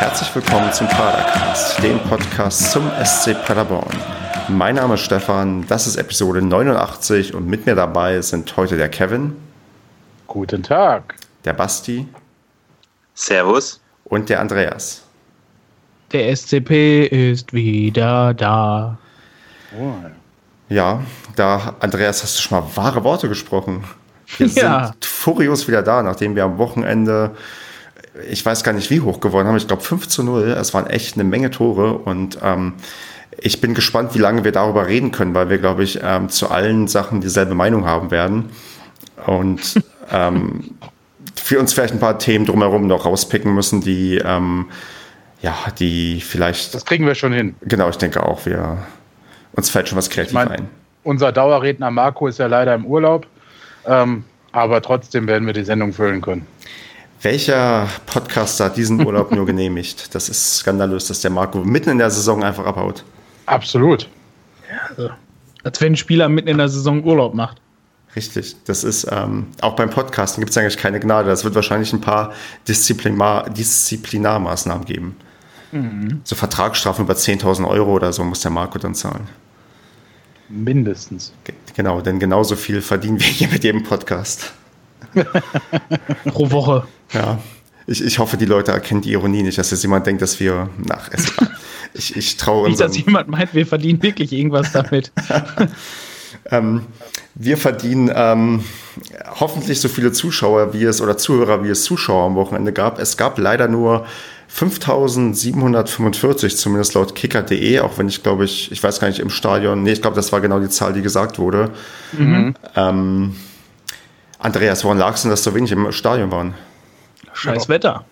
herzlich willkommen zum Padercast, dem Podcast zum SC Paderborn. Mein Name ist Stefan, das ist Episode 89 und mit mir dabei sind heute der Kevin. Guten Tag. Der Basti. Servus. Und der Andreas. Der SCP ist wieder da. Oh. Ja, da, Andreas, hast du schon mal wahre Worte gesprochen. Wir sind furios wieder da, nachdem wir am Wochenende, ich weiß gar nicht wie hoch gewonnen haben, ich glaube 5-0. Es waren echt eine Menge Tore und ich bin gespannt, wie lange wir darüber reden können, weil wir, glaube ich, zu allen Sachen dieselbe Meinung haben werden. Und für uns vielleicht ein paar Themen drumherum noch rauspicken müssen, die vielleicht... Das kriegen wir schon hin. Genau, ich denke auch, uns fällt schon was kreativ ein. Unser Dauerredner Marco ist ja leider im Urlaub, aber trotzdem werden wir die Sendung füllen können. Welcher Podcaster hat diesen Urlaub nur genehmigt? Das ist skandalös, dass der Marco mitten in der Saison einfach abhaut. Absolut. Ja, also, als wenn ein Spieler mitten in der Saison Urlaub macht. Richtig, das ist auch beim Podcasten gibt es eigentlich keine Gnade. Das wird wahrscheinlich ein paar Disziplinarmaßnahmen geben. Mhm. So Vertragsstrafen über 10.000 Euro oder so muss der Marco dann zahlen. Mindestens. Genau, denn genauso viel verdienen wir hier mit jedem Podcast. Pro Woche. Ja, ich hoffe, die Leute erkennen die Ironie nicht, dass jetzt jemand denkt, dass wir... Ich traue nicht, dass jemand meint, wir verdienen wirklich irgendwas damit. Wir verdienen hoffentlich so viele Zuschauer oder Zuhörer, wie es Zuschauer am Wochenende gab. Es gab leider nur 5.745, zumindest laut kicker.de, auch wenn ich weiß gar nicht, im Stadion, ich glaube, das war genau die Zahl, die gesagt wurde. Mhm. Andreas, woran lag es denn, dass so wenig im Stadion waren? Scheiß Wetter.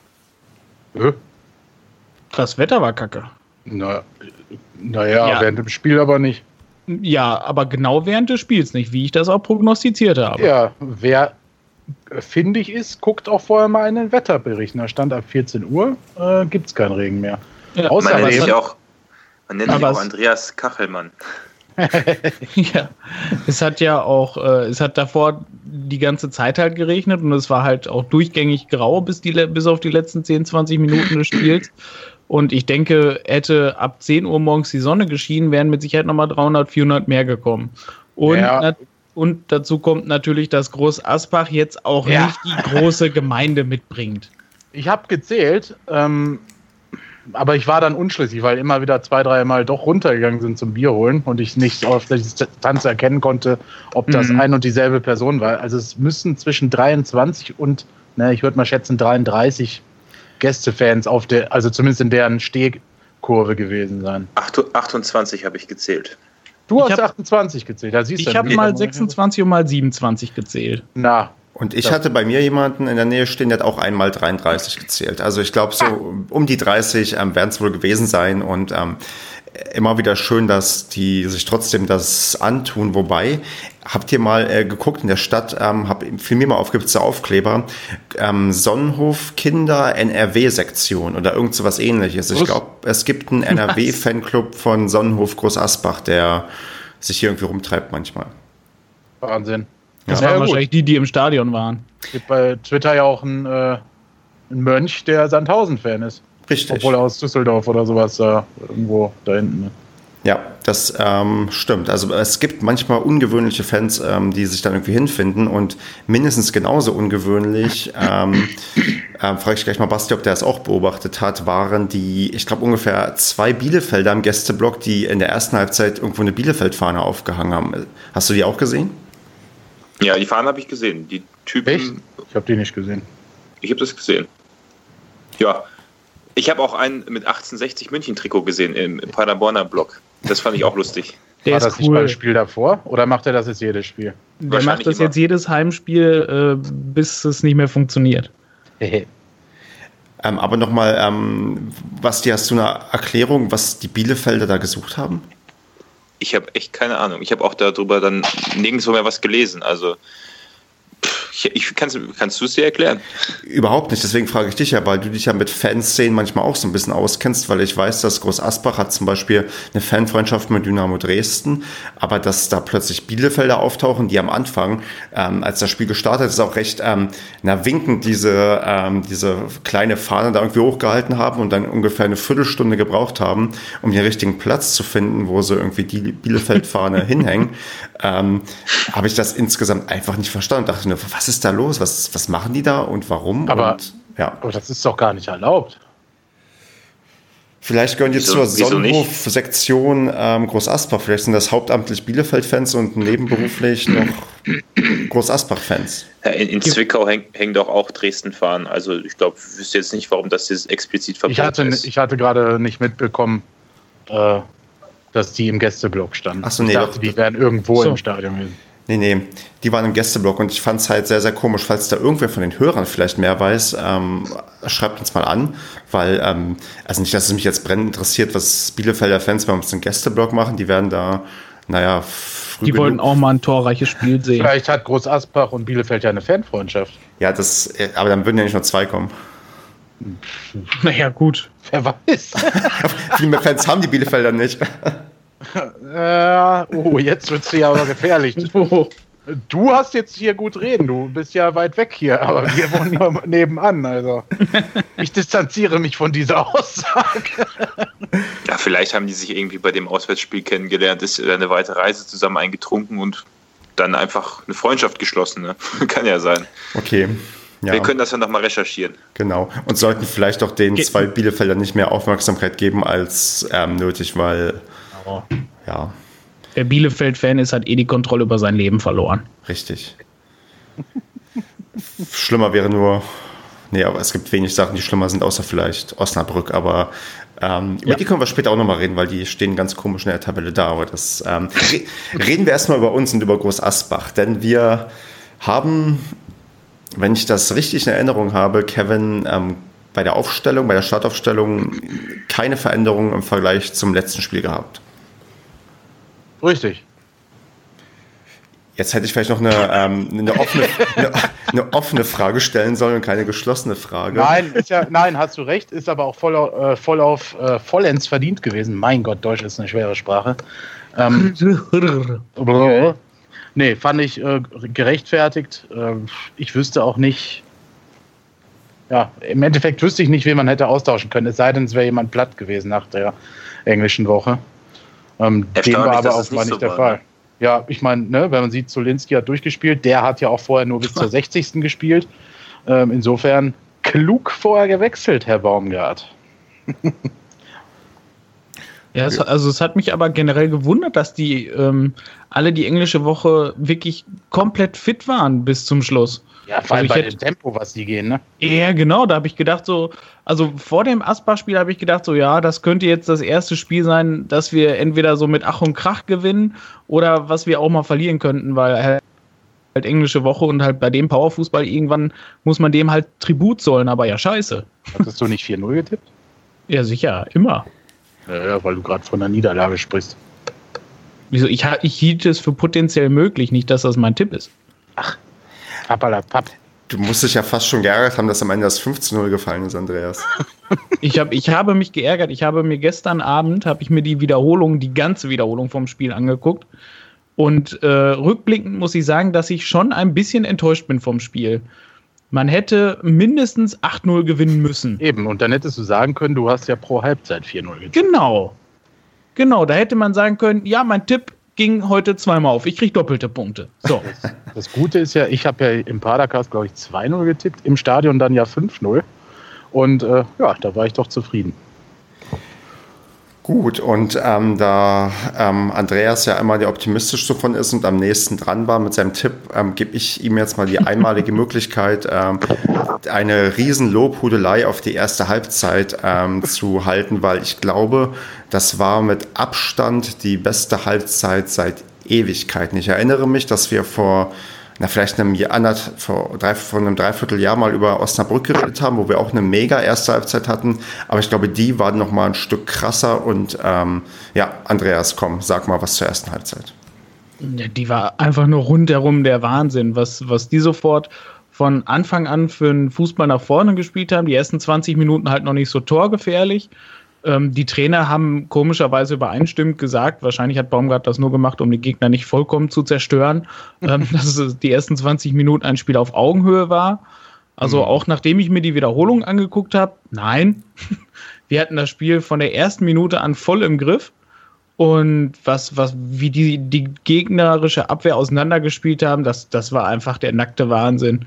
Das Wetter war kacke. Naja, während dem Spiel aber nicht. Ja, aber genau während des Spiels nicht, wie ich das auch prognostiziert habe. Ja, wer findig ist, guckt auch vorher mal in den Wetterbericht. Da stand ab 14 Uhr, gibt es keinen Regen mehr. Ja, man nennt sich auch Andreas Kachelmann. Ja, es hat davor die ganze Zeit halt geregnet und es war halt auch durchgängig grau bis auf die letzten 10, 20 Minuten des Spiels. Und ich denke, hätte ab 10 Uhr morgens die Sonne geschienen, wären mit Sicherheit nochmal 300, 400 mehr gekommen. Und dazu kommt natürlich, dass Groß Asbach jetzt auch nicht die große Gemeinde mitbringt. Ich habe gezählt, aber ich war dann unschlüssig, weil immer wieder 2-3 Mal doch runtergegangen sind zum Bier holen und ich nicht auf der Distanz erkennen konnte, ob das ein und dieselbe Person war. Also es müssen zwischen 23 und, ich würde mal schätzen, 33 Gästefans also zumindest in deren Stehkurve gewesen sein. 28 habe ich gezählt. Du hast 28 gezählt. Da siehst ich habe mal 26 und mal 27 gezählt. Und ich hatte bei mir jemanden in der Nähe stehen, der hat auch einmal 33 gezählt. Also ich glaube, so um die 30 werden es wohl gewesen sein. Und immer wieder schön, dass die sich trotzdem das antun. Wobei, habt ihr mal geguckt in der Stadt, fiel mir mal auf, gibt es da Aufkleber, Sonnenhof Kinder NRW-Sektion oder irgend so was Ähnliches. Ich glaube, es gibt einen NRW-Fanclub von Sonnenhof Groß Asbach, der sich hier irgendwie rumtreibt manchmal. Wahnsinn. Das waren wahrscheinlich die im Stadion waren. Es gibt bei Twitter ja auch einen Mönch, der Sandhausen-Fan ist. Richtig. Obwohl er aus Düsseldorf oder sowas irgendwo da hinten. Ne? Ja, das stimmt. Also es gibt manchmal ungewöhnliche Fans, die sich dann irgendwie hinfinden und mindestens genauso ungewöhnlich, frage ich gleich mal Basti, ob der es auch beobachtet hat, waren die, ich glaube ungefähr 2 Bielefelder im Gästeblock, die in der ersten Halbzeit irgendwo eine Bielefeld-Fahne aufgehangen haben. Hast du die auch gesehen? Ja, die Fahne habe ich gesehen. Die Typen. Echt? Ich habe die nicht gesehen. Ich habe das gesehen. Ja. Ich habe auch einen mit 1860 München-Trikot gesehen im Paderborner Block. Das fand ich auch lustig. War das nicht beim Spiel davor? Oder macht er das jetzt jedes Spiel? Der macht das jetzt jedes Heimspiel, bis es nicht mehr funktioniert. Aber nochmal, Basti, hast du eine Erklärung, was die Bielefelder da gesucht haben? Ich habe echt keine Ahnung. Ich habe auch darüber dann nirgendwo mehr was gelesen. Also Kannst du es dir erklären? Überhaupt nicht, deswegen frage ich dich ja, weil du dich ja mit Fanszenen manchmal auch so ein bisschen auskennst, weil ich weiß, dass Groß Asbach hat zum Beispiel eine Fanfreundschaft mit Dynamo Dresden, aber dass da plötzlich Bielefelder auftauchen, die am Anfang, als das Spiel gestartet ist, auch recht winkend diese kleine Fahne da irgendwie hochgehalten haben und dann ungefähr eine Viertelstunde gebraucht haben, um den richtigen Platz zu finden, wo sie irgendwie die Bielefeld-Fahne hinhängen, habe ich das insgesamt einfach nicht verstanden. Dachte nur, was ist da los? Was machen die da und warum? Aber das ist doch gar nicht erlaubt. Vielleicht gehören die zur Sonnenhof-Sektion Groß Asbach. Vielleicht sind das hauptamtlich Bielefeld-Fans und nebenberuflich noch Groß Asbach-Fans. Ja, in Zwickau hängen doch auch Dresden-Fahnen. Also ich glaube, ich wüsste jetzt nicht, warum das jetzt explizit verboten ist. Ich hatte gerade nicht mitbekommen, dass die im Gästeblock standen. Ach so, nee, ich dachte, die wären irgendwo im Stadion gewesen. Nee, die waren im Gästeblock und ich fand es halt sehr, sehr komisch. Falls da irgendwer von den Hörern vielleicht mehr weiß, schreibt uns mal an, weil, also nicht, dass es mich jetzt brennend interessiert, was Bielefelder Fans bei uns im Gästeblock machen, die werden da, früh die wollten auch mal ein torreiches Spiel sehen. Vielleicht hat Groß Asbach und Bielefeld ja eine Fanfreundschaft. Ja, aber dann würden ja nicht nur 2 kommen. Naja, gut. Wer weiß. Viel mehr Fans haben die Bielefelder nicht. Jetzt wird's ja aber gefährlich. Du hast jetzt hier gut reden, du bist ja weit weg hier, aber wir wohnen nur nebenan, also ich distanziere mich von dieser Aussage. Ja, vielleicht haben die sich irgendwie bei dem Auswärtsspiel kennengelernt, ist eine weite Reise zusammen eingetrunken und dann einfach eine Freundschaft geschlossen, ne? Kann ja sein. Okay. Ja. Wir können das ja nochmal recherchieren. Genau. Und sollten vielleicht auch den 2 Bielefeldern nicht mehr Aufmerksamkeit geben als nötig, weil ja. Wer Bielefeld-Fan ist, hat die Kontrolle über sein Leben verloren. Richtig. Schlimmer wäre nur, aber es gibt wenig Sachen, die schlimmer sind, außer vielleicht Osnabrück, aber über die können wir später auch nochmal reden, weil die stehen ganz komisch in der Tabelle da, aber das reden wir erstmal über uns und über Groß Asbach, denn wir haben, wenn ich das richtig in Erinnerung habe, Kevin, bei der Startaufstellung keine Veränderung im Vergleich zum letzten Spiel gehabt. Richtig. Jetzt hätte ich vielleicht noch eine offene Frage stellen sollen und keine geschlossene Frage. Nein, hast du recht, ist aber auch vollends verdient gewesen. Mein Gott, Deutsch ist eine schwere Sprache. Nee, fand ich gerechtfertigt. Ich wüsste auch nicht, im Endeffekt wüsste ich nicht, wen man hätte austauschen können, es sei denn, es wäre jemand platt gewesen nach der englischen Woche. Dem war aber auch mal nicht der Fall. Ja, ich meine, wenn man sieht, Zulinski hat durchgespielt, der hat ja auch vorher nur bis zur 60. gespielt. Insofern klug vorher gewechselt, Herr Baumgart. Ja, es hat mich aber generell gewundert, dass die alle die englische Woche wirklich komplett fit waren bis zum Schluss. Ja, vor allem bei dem Tempo, was die gehen, ne? Ja, genau, da habe ich gedacht also vor dem Asbach-Spiel habe ich gedacht das könnte jetzt das erste Spiel sein, dass wir entweder so mit Ach und Krach gewinnen oder was wir auch mal verlieren könnten, weil halt englische Woche und halt bei dem Powerfußball irgendwann muss man dem halt Tribut zollen, aber ja, scheiße. Hattest du nicht 4-0 getippt? Ja, sicher, immer. Ja, weil du gerade von einer Niederlage sprichst. Wieso? Ich hielt es für potenziell möglich, nicht, dass das mein Tipp ist. Ach, Pappalapapp. Du musst dich ja fast schon geärgert haben, dass am Ende das 15-0 gefallen ist, Andreas. Ich habe mich geärgert. Ich habe mir gestern Abend, die ganze Wiederholung vom Spiel angeguckt. Und rückblickend muss ich sagen, dass ich schon ein bisschen enttäuscht bin vom Spiel. Man hätte mindestens 8-0 gewinnen müssen. Eben, und dann hättest du sagen können, du hast ja pro Halbzeit 4-0 getippt. Genau, da hätte man sagen können, ja, mein Tipp ging heute 2-mal auf. Ich kriege doppelte Punkte. So. Das Gute ist ja, ich habe ja im Padercast, glaube ich, 2-0 getippt, im Stadion dann ja 5-0. Und da war ich doch zufrieden. Gut, und da Andreas ja immer der optimistischste von ist und am nächsten dran war mit seinem Tipp, gebe ich ihm jetzt mal die einmalige Möglichkeit, eine riesen Lobhudelei auf die erste Halbzeit zu halten, weil ich glaube, das war mit Abstand die beste Halbzeit seit Ewigkeiten. Ich erinnere mich, dass wir vor einem Dreivierteljahr mal über Osnabrück geredet haben, wo wir auch eine mega erste Halbzeit hatten. Aber ich glaube, die war noch mal ein Stück krasser. Und Andreas, komm, sag mal was zur ersten Halbzeit. Ja, die war einfach nur rundherum der Wahnsinn, was die sofort von Anfang an für den Fußball nach vorne gespielt haben. Die ersten 20 Minuten halt noch nicht so torgefährlich. Die Trainer haben komischerweise übereinstimmend gesagt, wahrscheinlich hat Baumgart das nur gemacht, um die Gegner nicht vollkommen zu zerstören, dass die ersten 20 Minuten ein Spiel auf Augenhöhe war. Also auch nachdem ich mir die Wiederholung angeguckt habe, nein, wir hatten das Spiel von der ersten Minute an voll im Griff. Und wie die gegnerische Abwehr auseinandergespielt haben, das war einfach der nackte Wahnsinn.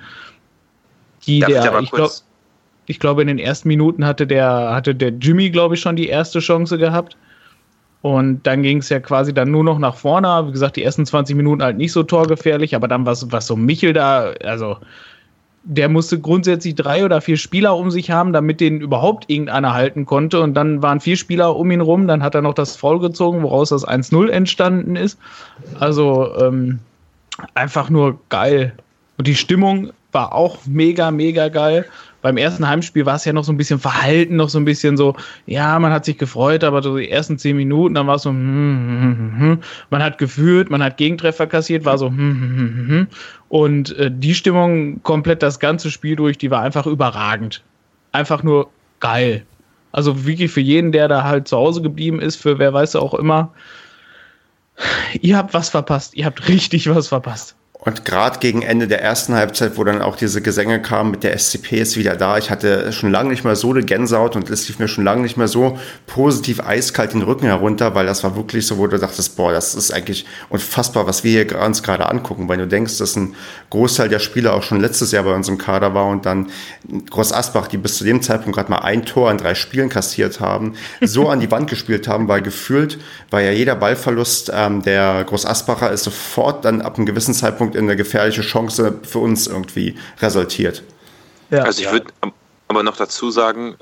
Ich glaube, in den ersten Minuten hatte der Jimmy, glaube ich, schon die erste Chance gehabt. Und dann ging es ja quasi dann nur noch nach vorne. Wie gesagt, die ersten 20 Minuten halt nicht so torgefährlich, aber dann was so Michel da, also der musste grundsätzlich 3 oder 4 Spieler um sich haben, damit den überhaupt irgendeiner halten konnte. Und dann waren 4 Spieler um ihn rum. Dann hat er noch das Foul gezogen, woraus das 1-0 entstanden ist. Also einfach nur geil. Und die Stimmung war auch mega, mega geil. Beim ersten Heimspiel war es ja noch so ein bisschen verhalten, noch so ein bisschen so, ja, man hat sich gefreut, aber so die ersten 10 Minuten, dann war es so, man hat geführt, man hat Gegentreffer kassiert, war so, und die Stimmung komplett das ganze Spiel durch, die war einfach überragend. Einfach nur geil. Also wirklich für jeden, der da halt zu Hause geblieben ist, für wer weiß auch immer, ihr habt was verpasst, ihr habt richtig was verpasst. Und gerade gegen Ende der ersten Halbzeit, wo dann auch diese Gesänge kamen mit der SCP ist wieder da, ich hatte schon lange nicht mehr so eine Gänsehaut und es lief mir schon lange nicht mehr so positiv eiskalt den Rücken herunter, weil das war wirklich so, wo du dachtest, boah, das ist eigentlich unfassbar, was wir hier uns gerade angucken, weil du denkst, dass ein Großteil der Spieler auch schon letztes Jahr bei uns im Kader war und dann Groß Asbach, die bis zu dem Zeitpunkt gerade mal ein Tor in 3 Spielen kassiert haben, so an die Wand gespielt haben, weil gefühlt war ja jeder Ballverlust der Groß Asbacher ist sofort dann ab einem gewissen Zeitpunkt in eine gefährliche Chance für uns irgendwie resultiert. Ja. Also ich würde aber noch dazu sagen,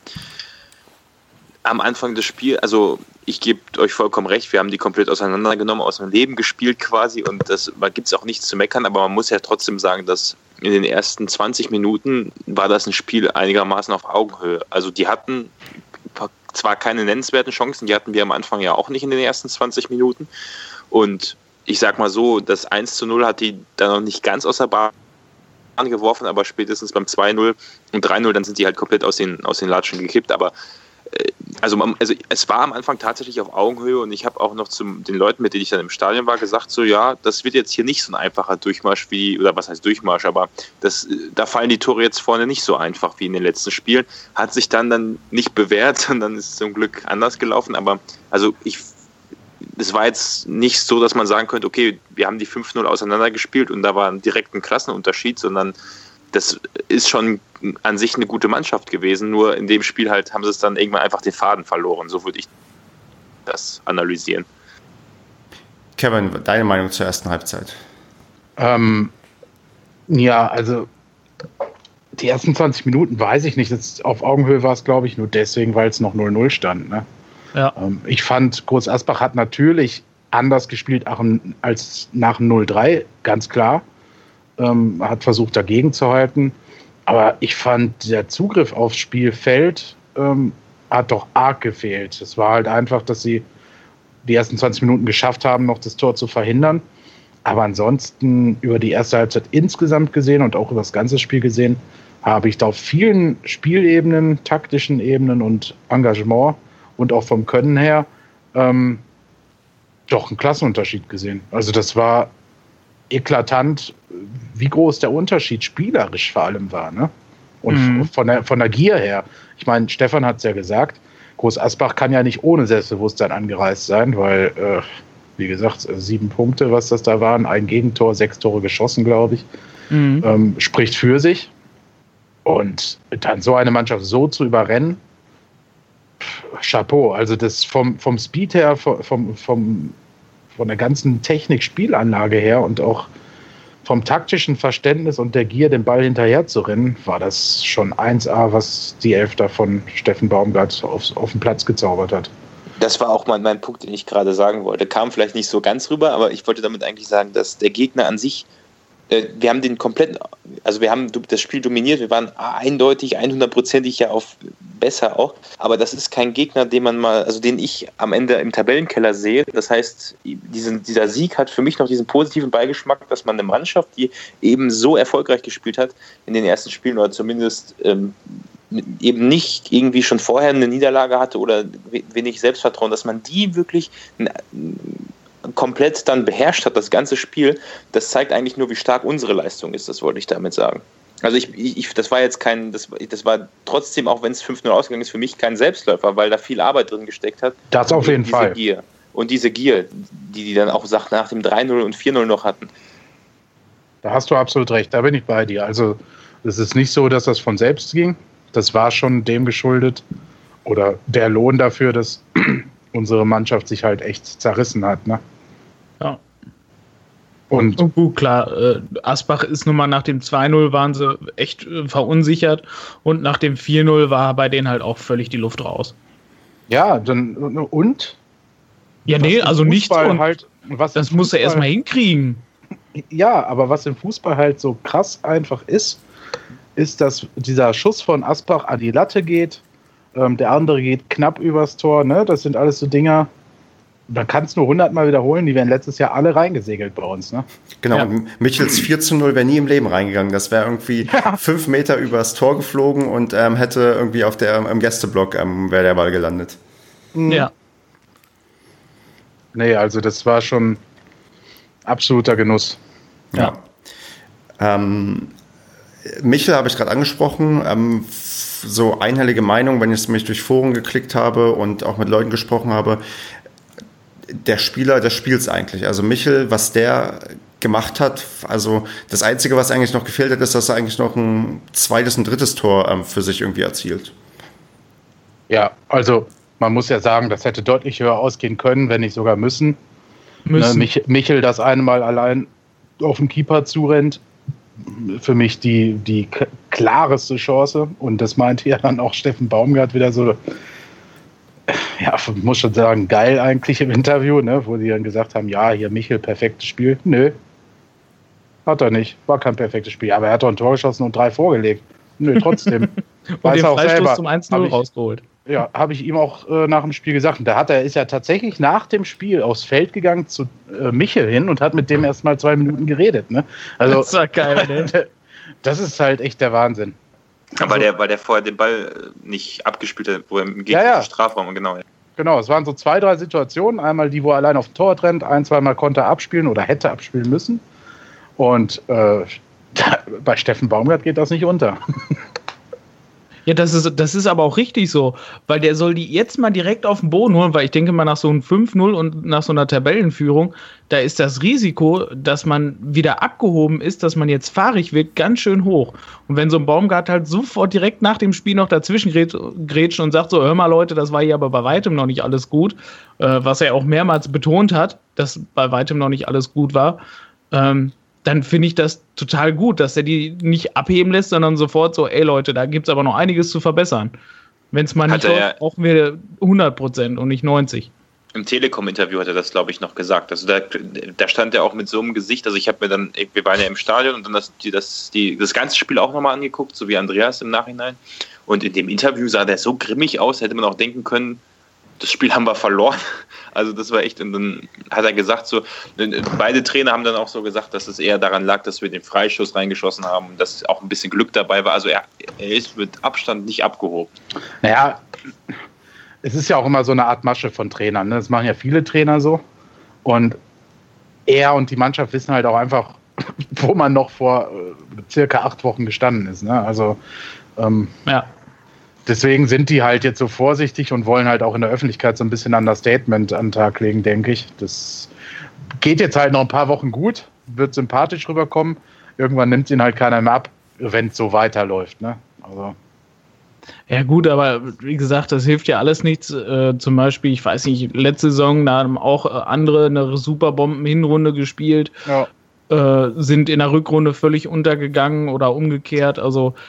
am Anfang des Spiels, also ich gebe euch vollkommen recht, wir haben die komplett auseinandergenommen, aus dem Leben gespielt quasi und da gibt es auch nichts zu meckern, aber man muss ja trotzdem sagen, dass in den ersten 20 Minuten war das ein Spiel einigermaßen auf Augenhöhe. Also die hatten zwar keine nennenswerten Chancen, die hatten wir am Anfang ja auch nicht in den ersten 20 Minuten und ich sag mal so, das 1-0 hat die dann noch nicht ganz aus der Bahn geworfen, aber spätestens beim 2-0 und 3-0, dann sind die halt komplett aus den Latschen gekippt. Aber also es war am Anfang tatsächlich auf Augenhöhe und ich habe auch noch zu den Leuten, mit denen ich dann im Stadion war, gesagt, so ja, das wird jetzt hier nicht so ein einfacher Durchmarsch oder was heißt Durchmarsch, aber da fallen die Tore jetzt vorne nicht so einfach wie in den letzten Spielen. Hat sich dann nicht bewährt und dann ist es zum Glück anders gelaufen, aber also es war jetzt nicht so, dass man sagen könnte, okay, wir haben die 5-0 auseinandergespielt und da war direkt ein Klassenunterschied, sondern das ist schon an sich eine gute Mannschaft gewesen, nur in dem Spiel halt haben sie es dann irgendwann einfach den Faden verloren, so würde ich das analysieren. Kevin, deine Meinung zur ersten Halbzeit? Ja, also die ersten 20 Minuten weiß ich nicht, auf Augenhöhe war es, glaube ich, nur deswegen, weil es noch 0-0 stand, ne? Ja. Ich fand, Groß Asbach hat natürlich anders gespielt als nach 0-3, ganz klar. Hat versucht, dagegen zu halten. Aber ich fand, der Zugriff aufs Spielfeld hat doch arg gefehlt. Es war halt einfach, dass sie die ersten 20 Minuten geschafft haben, noch das Tor zu verhindern. Aber ansonsten über die erste Halbzeit insgesamt gesehen und auch über das ganze Spiel gesehen, habe ich da auf vielen Spielebenen, taktischen Ebenen und Engagement und auch vom Können her doch einen Klassenunterschied gesehen. Also das war eklatant, wie groß der Unterschied spielerisch vor allem war, ne? Und von der Gier her. Ich meine, Stefan hat es ja gesagt, Groß Asbach kann ja nicht ohne Selbstbewusstsein angereist sein, weil, wie gesagt, 7 Punkte, was das da waren, 1 Gegentor, 6 Tore geschossen, glaube ich, spricht für sich. Und dann so eine Mannschaft so zu überrennen, Chapeau. Also das vom Speed her, von der ganzen Technik-Spielanlage her und auch vom taktischen Verständnis und der Gier, den Ball hinterher zu rennen, war das schon 1A, was die Elf da von Steffen Baumgart auf den Platz gezaubert hat. Das war auch mein Punkt, den ich gerade sagen wollte. Kam vielleicht nicht so ganz rüber, aber ich wollte damit eigentlich sagen, dass der Gegner an sich wir haben wir haben das Spiel dominiert, wir waren eindeutig, 100%ig ja auf besser auch, aber das ist kein Gegner, den ich am Ende im Tabellenkeller sehe. Das heißt, dieser Sieg hat für mich noch diesen positiven Beigeschmack, dass man eine Mannschaft, die eben so erfolgreich gespielt hat in den ersten Spielen oder zumindest eben nicht irgendwie schon vorher eine Niederlage hatte oder wenig Selbstvertrauen, dass man die wirklich komplett dann beherrscht hat, das ganze Spiel, das zeigt eigentlich nur, wie stark unsere Leistung ist, das wollte ich damit sagen. Also das war jetzt das war trotzdem, auch wenn es 5-0 ausgegangen ist, für mich kein Selbstläufer, weil da viel Arbeit drin gesteckt hat. Das auf jeden Fall. Und diese Gier, die dann auch nach dem 3-0 und 4-0 noch hatten. Da hast du absolut recht, da bin ich bei dir. Also es ist nicht so, dass das von selbst ging. Das war schon dem geschuldet oder der Lohn dafür, dass unsere Mannschaft sich halt echt zerrissen hat, ne? Ja. Und gut, klar, Asbach ist nun mal nach dem 2-0 waren sie echt verunsichert und nach dem 4-0 war bei denen halt auch völlig die Luft raus. Ja, dann und? Ja, nee, also nichts. Halt, das muss er erstmal hinkriegen. Ja, aber was im Fußball halt so krass einfach ist, dass dieser Schuss von Asbach an die Latte geht, der andere geht knapp übers Tor, ne? Das sind alles so Dinger, man kann es nur 100-mal wiederholen, die wären letztes Jahr alle reingesegelt bei uns, ne? Genau, ja. Und Michels 4-0 wäre nie im Leben reingegangen, das wäre irgendwie 5 Meter übers Tor geflogen und hätte irgendwie im Gästeblock wäre der Ball gelandet. Ja. Nee, also das war schon absoluter Genuss. Ja. Michel habe ich gerade angesprochen, so einhellige Meinung, wenn ich mich durch Foren geklickt habe und auch mit Leuten gesprochen habe, der Spieler des Spiels eigentlich, also Michel, was der gemacht hat, also das Einzige, was eigentlich noch gefehlt hat, ist, dass er eigentlich noch ein zweites und drittes Tor für sich irgendwie erzielt. Ja, also man muss ja sagen, das hätte deutlich höher ausgehen können, wenn nicht sogar müssen. Ne, Michel das eine Mal allein auf den Keeper zurennt, für mich die klarste Chance. Und das meinte ja dann auch Steffen Baumgart wieder so, ja, muss schon sagen, geil eigentlich im Interview, ne, wo die dann gesagt haben, ja, hier Michel, perfektes Spiel. Nö, hat er nicht. War kein perfektes Spiel. Aber er hat doch ein Tor geschossen und 3 vorgelegt. Nö, trotzdem. Und den Freistoß zum 1-0 rausgeholt. Ja, habe ich ihm auch nach dem Spiel gesagt. Und ist er tatsächlich nach dem Spiel aufs Feld gegangen zu Michel hin und hat mit dem erst mal 2 Minuten geredet. Ne? Also, das war geil, ne? Das ist halt echt der Wahnsinn. Weil der vorher den Ball nicht abgespielt hat, wo er im gegnerischen Strafraum, genau. Ja. Genau, es waren so 2, 3 Situationen. Einmal die, wo er allein auf dem Tor rennt, 1-2 Mal konnte er abspielen oder hätte abspielen müssen. Und bei Steffen Baumgart geht das nicht unter. Ja, das ist aber auch richtig so, weil der soll die jetzt mal direkt auf den Boden holen, weil ich denke mal nach so einem 5-0 und nach so einer Tabellenführung, da ist das Risiko, dass man wieder abgehoben ist, dass man jetzt fahrig wird, ganz schön hoch. Und wenn so ein Baumgart halt sofort direkt nach dem Spiel noch dazwischen grätscht und sagt so, hör mal Leute, das war hier aber bei weitem noch nicht alles gut, was er auch mehrmals betont hat, dass bei weitem noch nicht alles gut war, dann finde ich das total gut, dass er die nicht abheben lässt, sondern sofort so, ey Leute, da gibt es aber noch einiges zu verbessern. Wenn es mal nicht läuft, brauchen wir 100% und nicht 90%. Im Telekom-Interview hat er das, glaube ich, noch gesagt. Also da stand er auch mit so einem Gesicht, also wir waren ja im Stadion und dann das ganze Spiel auch nochmal angeguckt, so wie Andreas im Nachhinein. Und in dem Interview sah der so grimmig aus, hätte man auch denken können, das Spiel haben wir verloren. Also das war echt, und dann hat er gesagt, so, beide Trainer haben dann auch so gesagt, dass es eher daran lag, dass wir den Freischuss reingeschossen haben und dass auch ein bisschen Glück dabei war. Also er ist mit Abstand nicht abgehoben. Naja, es ist ja auch immer so eine Art Masche von Trainern. Ne? Das machen ja viele Trainer so. Und er und die Mannschaft wissen halt auch einfach, wo man noch vor circa 8 Wochen gestanden ist. Ne? Also ja. Deswegen sind die halt jetzt so vorsichtig und wollen halt auch in der Öffentlichkeit so ein bisschen Understatement an den Tag legen, denke ich. Das geht jetzt halt noch ein paar Wochen gut, wird sympathisch rüberkommen. Irgendwann nimmt ihn halt keiner mehr ab, wenn es so weiterläuft. Ne? Also. Ja gut, aber wie gesagt, das hilft ja alles nichts. Zum Beispiel, ich weiß nicht, letzte Saison, da haben auch andere eine Superbomben-Hinrunde gespielt, sind in der Rückrunde völlig untergegangen oder umgekehrt. Also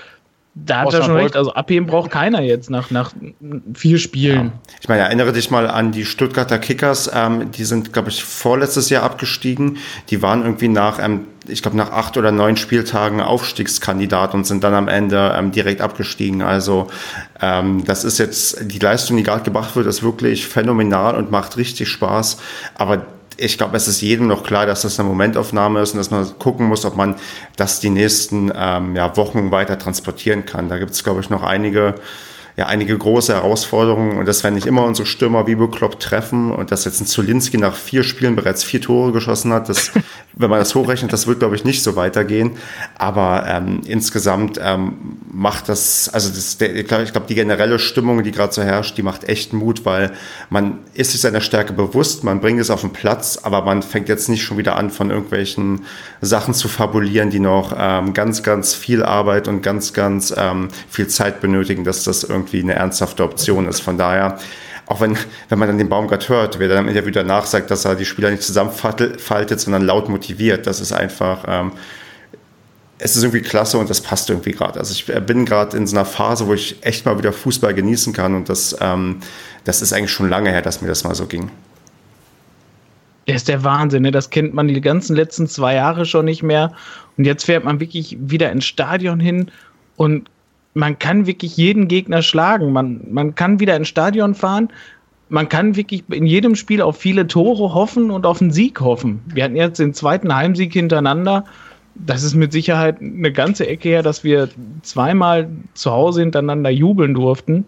Da hat er schon recht, also abheben braucht keiner jetzt nach 4 Spielen. Ja. Ich meine, erinnere dich mal an die Stuttgarter Kickers, die sind, glaube ich, vorletztes Jahr abgestiegen. Die waren irgendwie nach 8 oder 9 Spieltagen Aufstiegskandidat und sind dann am Ende direkt abgestiegen. Also das ist jetzt, die Leistung, die gerade gebracht wird, ist wirklich phänomenal und macht richtig Spaß. Aber ich glaube, es ist jedem noch klar, dass das eine Momentaufnahme ist und dass man gucken muss, ob man das die nächsten Wochen weiter transportieren kann. Da gibt es, glaube ich, noch einige große Herausforderungen und das werden nicht immer unsere Stürmer wie bekloppt treffen und dass jetzt ein Zulinski nach 4 Spielen bereits 4 Tore geschossen hat, das, wenn man das hochrechnet, das wird, glaube ich, nicht so weitergehen, aber insgesamt macht das, also ich glaube, die generelle Stimmung, die gerade so herrscht, die macht echt Mut, weil man ist sich seiner Stärke bewusst, man bringt es auf den Platz, aber man fängt jetzt nicht schon wieder an, von irgendwelchen Sachen zu fabulieren, die noch ganz, ganz viel Arbeit und ganz, ganz viel Zeit benötigen, dass das irgendwie eine ernsthafte Option ist. Von daher, auch wenn man dann den Baumgart hört, wer dann im Interview danach sagt, dass er die Spieler nicht zusammenfaltet, sondern laut motiviert, das ist einfach, es ist irgendwie klasse und das passt irgendwie gerade. Also ich bin gerade in so einer Phase, wo ich echt mal wieder Fußball genießen kann und das ist eigentlich schon lange her, dass mir das mal so ging. Das ist der Wahnsinn, ne? Das kennt man die ganzen letzten 2 Jahre schon nicht mehr und jetzt fährt man wirklich wieder ins Stadion hin und man kann wirklich jeden Gegner schlagen. Man kann wieder ins Stadion fahren. Man kann wirklich in jedem Spiel auf viele Tore hoffen und auf einen Sieg hoffen. Wir hatten jetzt den 2. Heimsieg hintereinander. Das ist mit Sicherheit eine ganze Ecke her, dass wir 2-mal zu Hause hintereinander jubeln durften.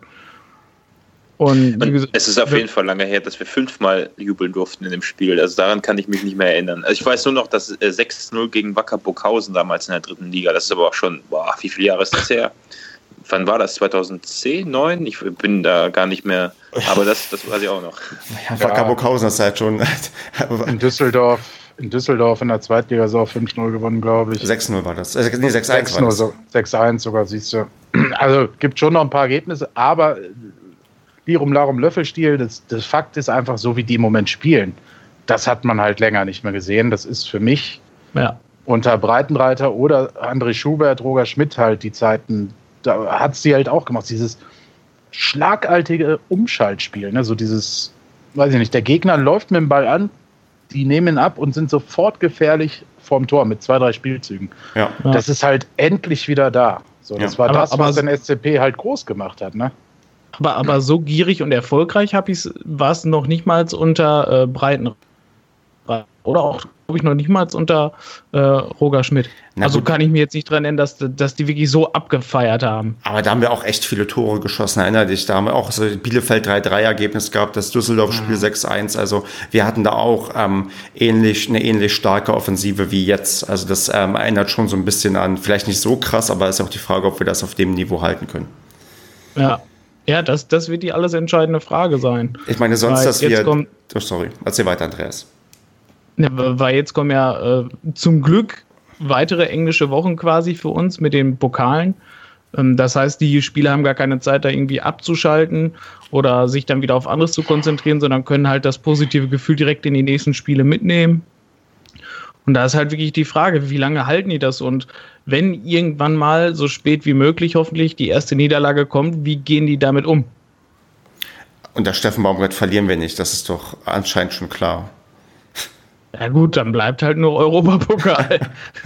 Und es ist auf jeden Fall lange her, dass wir 5-mal jubeln durften in dem Spiel. Also daran kann ich mich nicht mehr erinnern. Also ich weiß nur noch, dass 6-0 gegen Wacker Burghausen damals in der 3. Liga. Das ist aber auch schon, wie viele Jahre ist das her? Wann war das? 2010, 2009? Ich bin da gar nicht mehr, aber das weiß ich auch noch. Ja, Wacker Burghausen ist halt schon. In Düsseldorf in der Zweitliga so 5-0 gewonnen, glaube ich. 6-0 war das. Nee, 6-1 war das. 6-1 sogar, siehst du. Also gibt schon noch ein paar Ergebnisse, aber Lirum Larum Löffelstiel, das Fakt ist einfach so, wie die im Moment spielen. Das hat man halt länger nicht mehr gesehen. Das ist für mich unter Breitenreiter oder André Schubert, Roger Schmidt halt die Zeiten. Da hat sie halt auch gemacht, dieses schlagartige Umschaltspiel, ne? So dieses, weiß ich nicht, der Gegner läuft mit dem Ball an, die nehmen ihn ab und sind sofort gefährlich vorm Tor mit 2, 3 Spielzügen. Ja. Das ist halt endlich wieder da. So, das war was den SCP halt groß gemacht hat, ne? Aber so gierig und erfolgreich war es noch nicht mal unter Breitenreiter. Oder auch, glaube ich, noch nicht mal unter Roger Schmidt. Also kann ich mir jetzt nicht dran erinnern, dass die wirklich so abgefeiert haben. Aber da haben wir auch echt viele Tore geschossen, erinnere dich. Da haben wir auch so Bielefeld 3-3-Ergebnis gehabt, das Düsseldorf-Spiel 6-1. Also wir hatten da auch eine ähnlich starke Offensive wie jetzt. Also das erinnert schon so ein bisschen an, vielleicht nicht so krass, aber ist auch die Frage, ob wir das auf dem Niveau halten können. Ja, das wird die alles entscheidende Frage sein. Ich meine, sonst, dass wir... sorry, erzähl weiter, Andreas. Ja, weil jetzt kommen ja zum Glück weitere englische Wochen quasi für uns mit den Pokalen. Das heißt, die Spieler haben gar keine Zeit, da irgendwie abzuschalten oder sich dann wieder auf anderes zu konzentrieren, sondern können halt das positive Gefühl direkt in die nächsten Spiele mitnehmen. Und da ist halt wirklich die Frage, wie lange halten die das? Und wenn irgendwann mal so spät wie möglich hoffentlich die erste Niederlage kommt, wie gehen die damit um? Unter Steffen Baumgart verlieren wir nicht, das ist doch anscheinend schon klar. Ja gut, dann bleibt halt nur Europapokal.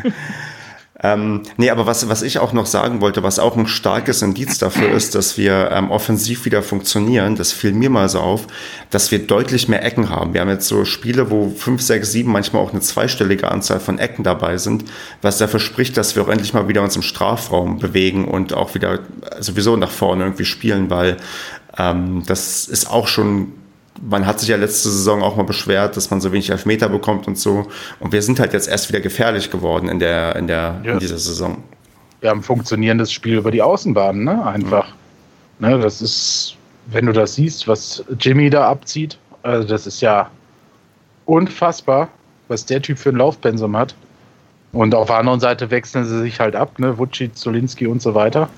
Nee, aber was ich auch noch sagen wollte, was auch ein starkes Indiz dafür ist, dass wir offensiv wieder funktionieren, das fiel mir mal so auf, dass wir deutlich mehr Ecken haben. Wir haben jetzt so Spiele, wo 5, 6, 7, manchmal auch eine zweistellige Anzahl von Ecken dabei sind, was dafür spricht, dass wir auch endlich mal wieder uns im Strafraum bewegen und auch wieder sowieso nach vorne irgendwie spielen, weil das ist auch schon... Man hat sich ja letzte Saison auch mal beschwert, dass man so wenig Elfmeter bekommt und so. Und wir sind halt jetzt erst wieder gefährlich geworden in dieser Saison. Wir haben ein funktionierendes Spiel über die Außenbahnen, ne? Einfach. Ja. Ne, das ist, wenn du das siehst, was Jimmy da abzieht, also das ist ja unfassbar, was der Typ für ein Laufpensum hat. Und auf der anderen Seite wechseln sie sich halt ab, ne? Vucic, Zulinski und so weiter.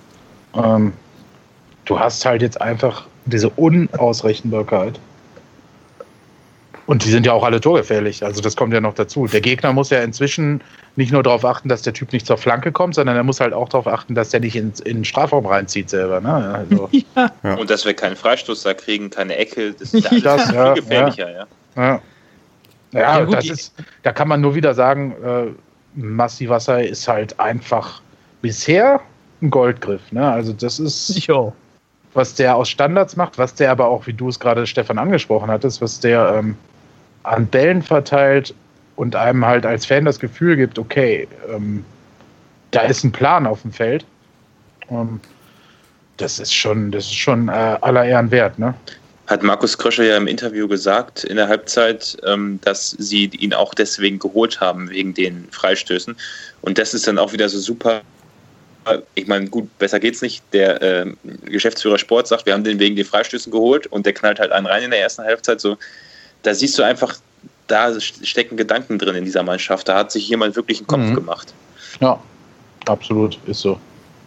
Du hast halt jetzt einfach diese Unausrechenbarkeit. Und die sind ja auch alle torgefährlich. Also das kommt ja noch dazu. Der Gegner muss ja inzwischen nicht nur darauf achten, dass der Typ nicht zur Flanke kommt, sondern er muss halt auch darauf achten, dass der nicht in den Strafraum reinzieht selber. Ne? Also, ja. Und dass wir keinen Freistoß da kriegen, keine Ecke. Das ist ja viel gefährlicher. Ja, gut, da kann man nur wieder sagen, Massi Wassai ist halt einfach bisher ein Goldgriff. Ne? Also das ist, was der aus Standards macht, was der aber auch, wie du es gerade, Stefan, angesprochen hattest, was der an Bällen verteilt und einem halt als Fan das Gefühl gibt, okay, da ist ein Plan auf dem Feld. Das ist schon aller Ehren wert, ne? Hat Markus Kröscher ja im Interview gesagt in der Halbzeit, dass sie ihn auch deswegen geholt haben, wegen den Freistößen. Und das ist dann auch wieder so super. Ich meine, gut, besser geht's nicht. Der Geschäftsführer Sport sagt, wir haben den wegen den Freistößen geholt und der knallt halt einen rein in der ersten Halbzeit. So, da siehst du einfach, da stecken Gedanken drin in dieser Mannschaft. Da hat sich jemand wirklich einen Kopf gemacht. Ja, absolut, ist so.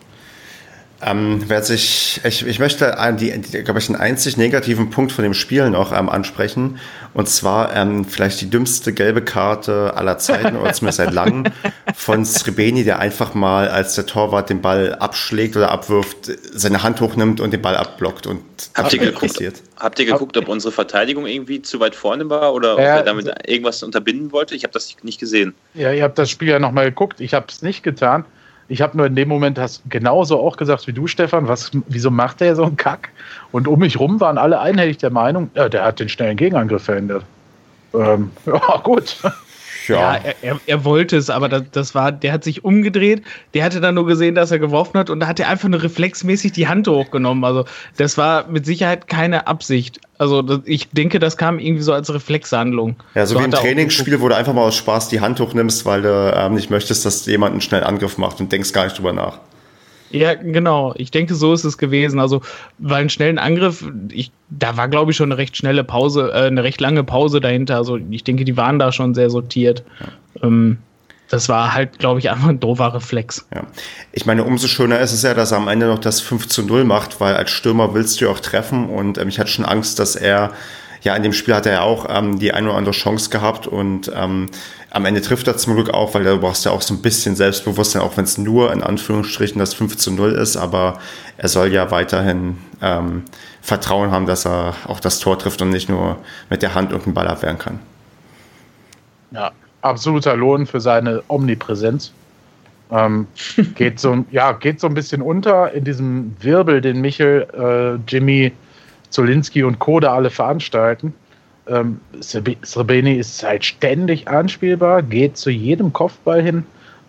Ich möchte glaube ich, den einzig negativen Punkt von dem Spiel noch ansprechen. Und zwar vielleicht die dümmste gelbe Karte aller Zeiten, oder zumindest seit langem, von Srbeny, der einfach mal, als der Torwart den Ball abschlägt oder abwirft, seine Hand hochnimmt und den Ball abblockt. Und Habt ihr geguckt, ob unsere Verteidigung irgendwie zu weit vorne war oder ob er damit irgendwas unterbinden wollte? Ich habe das nicht gesehen. Ja, ihr habt das Spiel ja nochmal geguckt. Ich habe es nicht getan. Ich habe nur in dem Moment genauso auch gesagt wie du, Stefan, wieso macht der so einen Kack? Und um mich rum waren alle einhellig der Meinung, der hat den schnellen Gegenangriff verhindert. Ja, gut. Ja, er wollte es, aber der hat sich umgedreht, der hatte dann nur gesehen, dass er geworfen hat und da hat er einfach nur reflexmäßig die Hand hochgenommen. Also das war mit Sicherheit keine Absicht. Also ich denke, das kam irgendwie so als Reflexhandlung. Ja, so wie im Trainingsspiel, wo du einfach mal aus Spaß die Hand hochnimmst, weil du nicht möchtest, dass jemand einen schnellen Angriff macht und denkst gar nicht drüber nach. Ja, genau. Ich denke, so ist es gewesen. Also, weil einen schnellen Angriff, da war, glaube ich, schon eine recht schnelle Pause, eine recht lange Pause dahinter. Also, ich denke, die waren da schon sehr sortiert. Ja. Das war halt, glaube ich, einfach ein doofer Reflex. Ja. Ich meine, umso schöner ist es ja, dass er am Ende noch das 5:0 macht, weil als Stürmer willst du ja auch treffen und ich hatte schon Angst, dass er, ja, in dem Spiel hat er ja auch die eine oder andere Chance gehabt und am Ende trifft er zum Glück auch, weil du brauchst ja auch so ein bisschen Selbstbewusstsein, auch wenn es nur in Anführungsstrichen das 5:0 ist, aber er soll ja weiterhin Vertrauen haben, dass er auch das Tor trifft und nicht nur mit der Hand irgendeinen Ball abwehren kann. Ja, absoluter Lohn für seine Omnipräsenz. Geht so ein bisschen unter in diesem Wirbel, den Michel, Jimmy, Zolinski und Co. da alle veranstalten. Srbeny ist halt ständig anspielbar, geht zu jedem Kopfball hin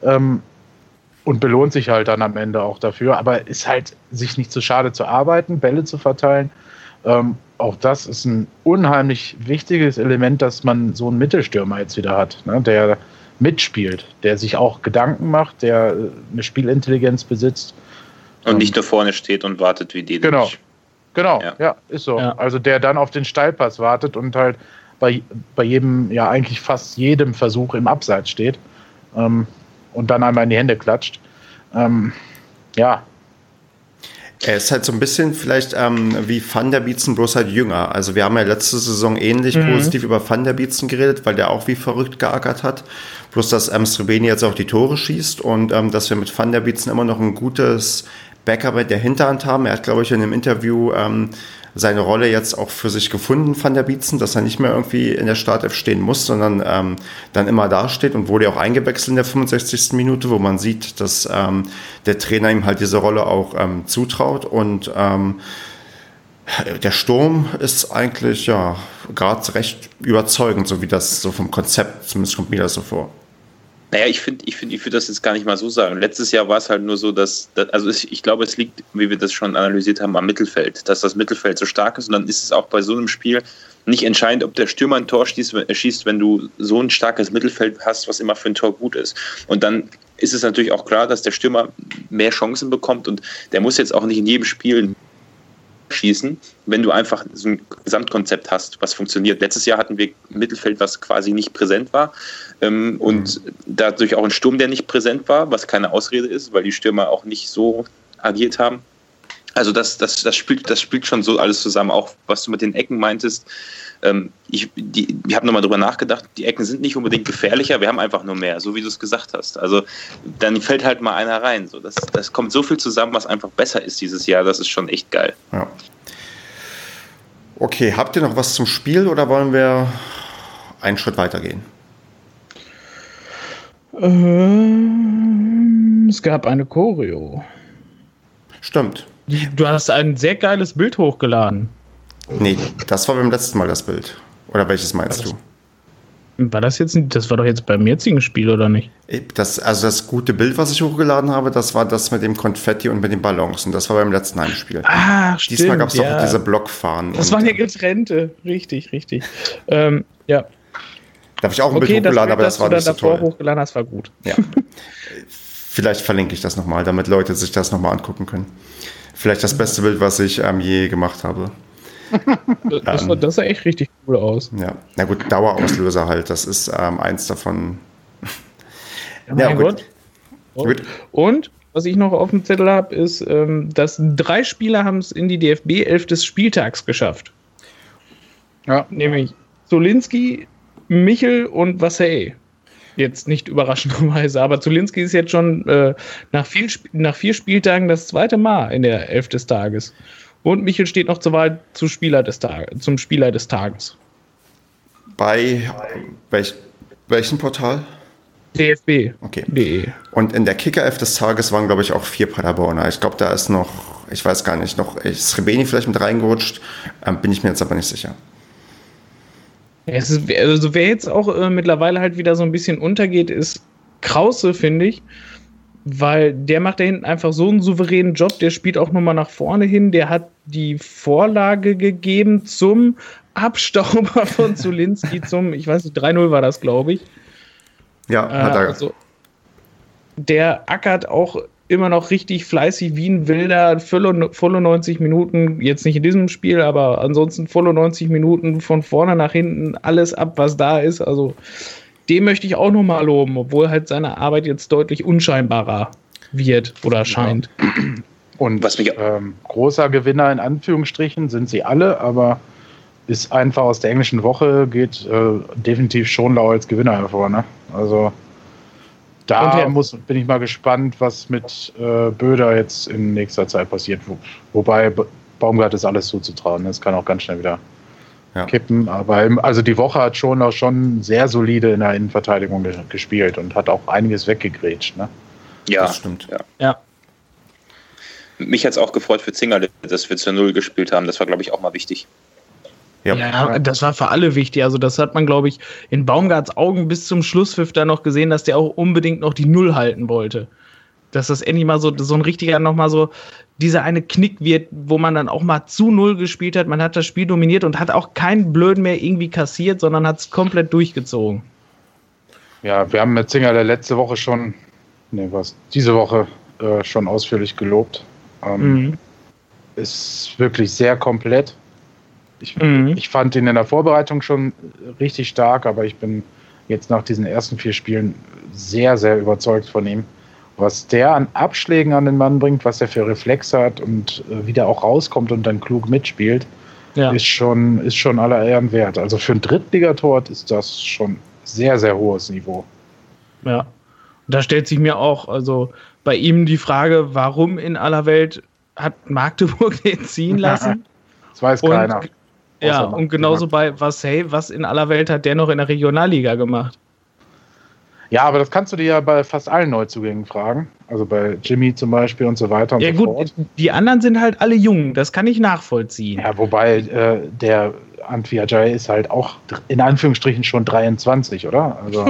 und belohnt sich halt dann am Ende auch dafür, aber ist halt sich nicht zu schade zu arbeiten, Bälle zu verteilen. Auch das ist ein unheimlich wichtiges Element, dass man so einen Mittelstürmer jetzt wieder hat, ne, der mitspielt, der sich auch Gedanken macht, der eine Spielintelligenz besitzt. Und nicht nur vorne steht und wartet wie die. Genau, ja, ist so. Ja. Also der dann auf den Steilpass wartet und halt bei jedem, ja eigentlich fast jedem Versuch im Abseits steht und dann einmal in die Hände klatscht. Ja. Er ist halt so ein bisschen vielleicht wie Van der Bietzen, bloß halt jünger. Also wir haben ja letzte Saison ähnlich positiv über Van der Bietzen geredet, weil der auch wie verrückt geackert hat. Bloß dass Srbeny jetzt auch die Tore schießt und dass wir mit Van der Bietzen immer noch ein gutes Backup in der Hinterhand haben. Er hat, glaube ich, in einem Interview seine Rolle jetzt auch für sich gefunden, Van der Bietzen, dass er nicht mehr irgendwie in der Startelf stehen muss, sondern dann immer da steht und wurde auch eingewechselt in der 65. Minute, wo man sieht, dass der Trainer ihm halt diese Rolle auch zutraut und der Sturm ist eigentlich ja gerade recht überzeugend, so wie das so vom Konzept, zumindest kommt mir das so vor. Naja, ich würde das jetzt gar nicht mal so sagen. Letztes Jahr war es halt nur so, ich glaube, es liegt, wie wir das schon analysiert haben, am Mittelfeld, dass das Mittelfeld so stark ist und dann ist es auch bei so einem Spiel nicht entscheidend, ob der Stürmer ein Tor schießt, wenn du so ein starkes Mittelfeld hast, was immer für ein Tor gut ist. Und dann ist es natürlich auch klar, dass der Stürmer mehr Chancen bekommt und der muss jetzt auch nicht in jedem Spiel schießen, wenn du einfach so ein Gesamtkonzept hast, was funktioniert. Letztes Jahr hatten wir ein Mittelfeld, was quasi nicht präsent war und dadurch auch ein Sturm, der nicht präsent war, was keine Ausrede ist, weil die Stürmer auch nicht so agiert haben. Also das spielt schon so alles zusammen, auch was du mit den Ecken meintest. Ich habe nochmal drüber nachgedacht, die Ecken sind nicht unbedingt gefährlicher, wir haben einfach nur mehr, so wie du es gesagt hast. Also dann fällt halt mal einer rein. So, das kommt so viel zusammen, was einfach besser ist dieses Jahr, das ist schon echt geil. Ja. Okay, habt ihr noch was zum Spiel oder wollen wir einen Schritt weitergehen? Es gab eine Choreo. Stimmt. Du hast ein sehr geiles Bild hochgeladen. Nee, das war beim letzten Mal das Bild. Oder welches meinst du? War das jetzt nicht? Das war doch jetzt beim jetzigen Spiel, oder nicht? Das gute Bild, was ich hochgeladen habe, das war das mit dem Konfetti und mit den Ballons. Und das war beim letzten Heimspiel. Ah, stimmt. Diesmal gab es doch diese Blockfahnen. Das waren ja getrennte. Richtig. Ja. Darf ich auch ein Bild hochladen, aber das war nicht so toll. Hochgeladen hast, war gut. Ja. Vielleicht verlinke ich das nochmal, damit Leute sich das nochmal angucken können. Vielleicht das beste Bild, was ich je gemacht habe. Das sah echt richtig cool aus. Ja, na gut, Dauerauslöser halt. Das ist eins davon. Ja, gut. Und was ich noch auf dem Zettel habe, ist, dass 3 Spieler haben es in die DFB 11 des Spieltags geschafft. Ja. Nämlich Zulinski, Michel und Vassey. Jetzt nicht überraschenderweise, aber Zulinski ist jetzt schon nach 4 Spieltagen das 2. Mal in der 11 des Tages. Und Michel steht noch zur Wahl zum Spieler des Tages. Bei welchem Portal? DFB. Okay. Und in der Kicker-Elf des Tages waren, glaube ich, auch 4 Paderborner. Ich glaube, da ist noch, ich weiß gar nicht, ist Srebeni vielleicht mit reingerutscht? Bin ich mir jetzt aber nicht sicher. Also wer jetzt auch mittlerweile halt wieder so ein bisschen untergeht, ist Krause, finde ich. Weil der macht da hinten einfach so einen souveränen Job, der spielt auch nochmal nach vorne hin, der hat die Vorlage gegeben zum Abstauber von Zulinski ich weiß nicht, 3-0 war das, glaube ich. Ja, hat er. Also, der ackert auch immer noch richtig fleißig wie ein Wilder, volle 90 Minuten, jetzt nicht in diesem Spiel, aber ansonsten volle 90 Minuten von vorne nach hinten, alles ab, was da ist, also den möchte ich auch nochmal loben, obwohl halt seine Arbeit jetzt deutlich unscheinbarer wird oder scheint. Und was mich großer Gewinner in Anführungsstrichen sind sie alle, aber ist einfach aus der englischen Woche geht definitiv Schonlau als Gewinner hervor. Ne? Also da bin ich mal gespannt, was mit Böder jetzt in nächster Zeit passiert. Wobei Baumgart ist alles zuzutrauen. Das kann auch ganz schnell wieder kippen. Aber also die Woche hat Schonlau schon sehr solide in der Innenverteidigung gespielt und hat auch einiges weggegrätscht. Ne? Ja, das stimmt. Ja. Mich hat es auch gefreut für Zingerle, dass wir zur 0 gespielt haben. Das war, glaube ich, auch mal wichtig. Ja, das war für alle wichtig. Also das hat man, glaube ich, in Baumgarts Augen bis zum Schlusspfiff da noch gesehen, dass der auch unbedingt noch die 0 halten wollte. Dass das endlich mal so ein richtiger nochmal so dieser eine Knick wird, wo man dann auch mal zu 0 gespielt hat. Man hat das Spiel dominiert und hat auch keinen Blöden mehr irgendwie kassiert, sondern hat es komplett durchgezogen. Ja, wir haben mit Zingerle letzte Woche diese Woche schon ausführlich gelobt. Ist wirklich sehr komplett. Ich fand ihn in der Vorbereitung schon richtig stark, aber ich bin jetzt nach diesen ersten 4 Spielen sehr, sehr überzeugt von ihm. Was der an Abschlägen an den Mann bringt, was er für Reflexe hat und wie der auch rauskommt und dann klug mitspielt, ist schon aller Ehren wert. Also für ein Drittligator ist das schon sehr, sehr hohes Niveau. Ja, und da stellt sich mir auch also bei ihm die Frage, warum in aller Welt hat Magdeburg den ziehen lassen? Das weiß keiner. Ja, und genauso bei Vassey, was in aller Welt hat der noch in der Regionalliga gemacht? Ja, aber das kannst du dir ja bei fast allen Neuzugängen fragen. Also bei Jimmy zum Beispiel und so weiter und so fort. Die anderen sind halt alle jung, das kann ich nachvollziehen. Ja, wobei der Antwi Ajay ist halt auch in Anführungsstrichen schon 23, oder? Also,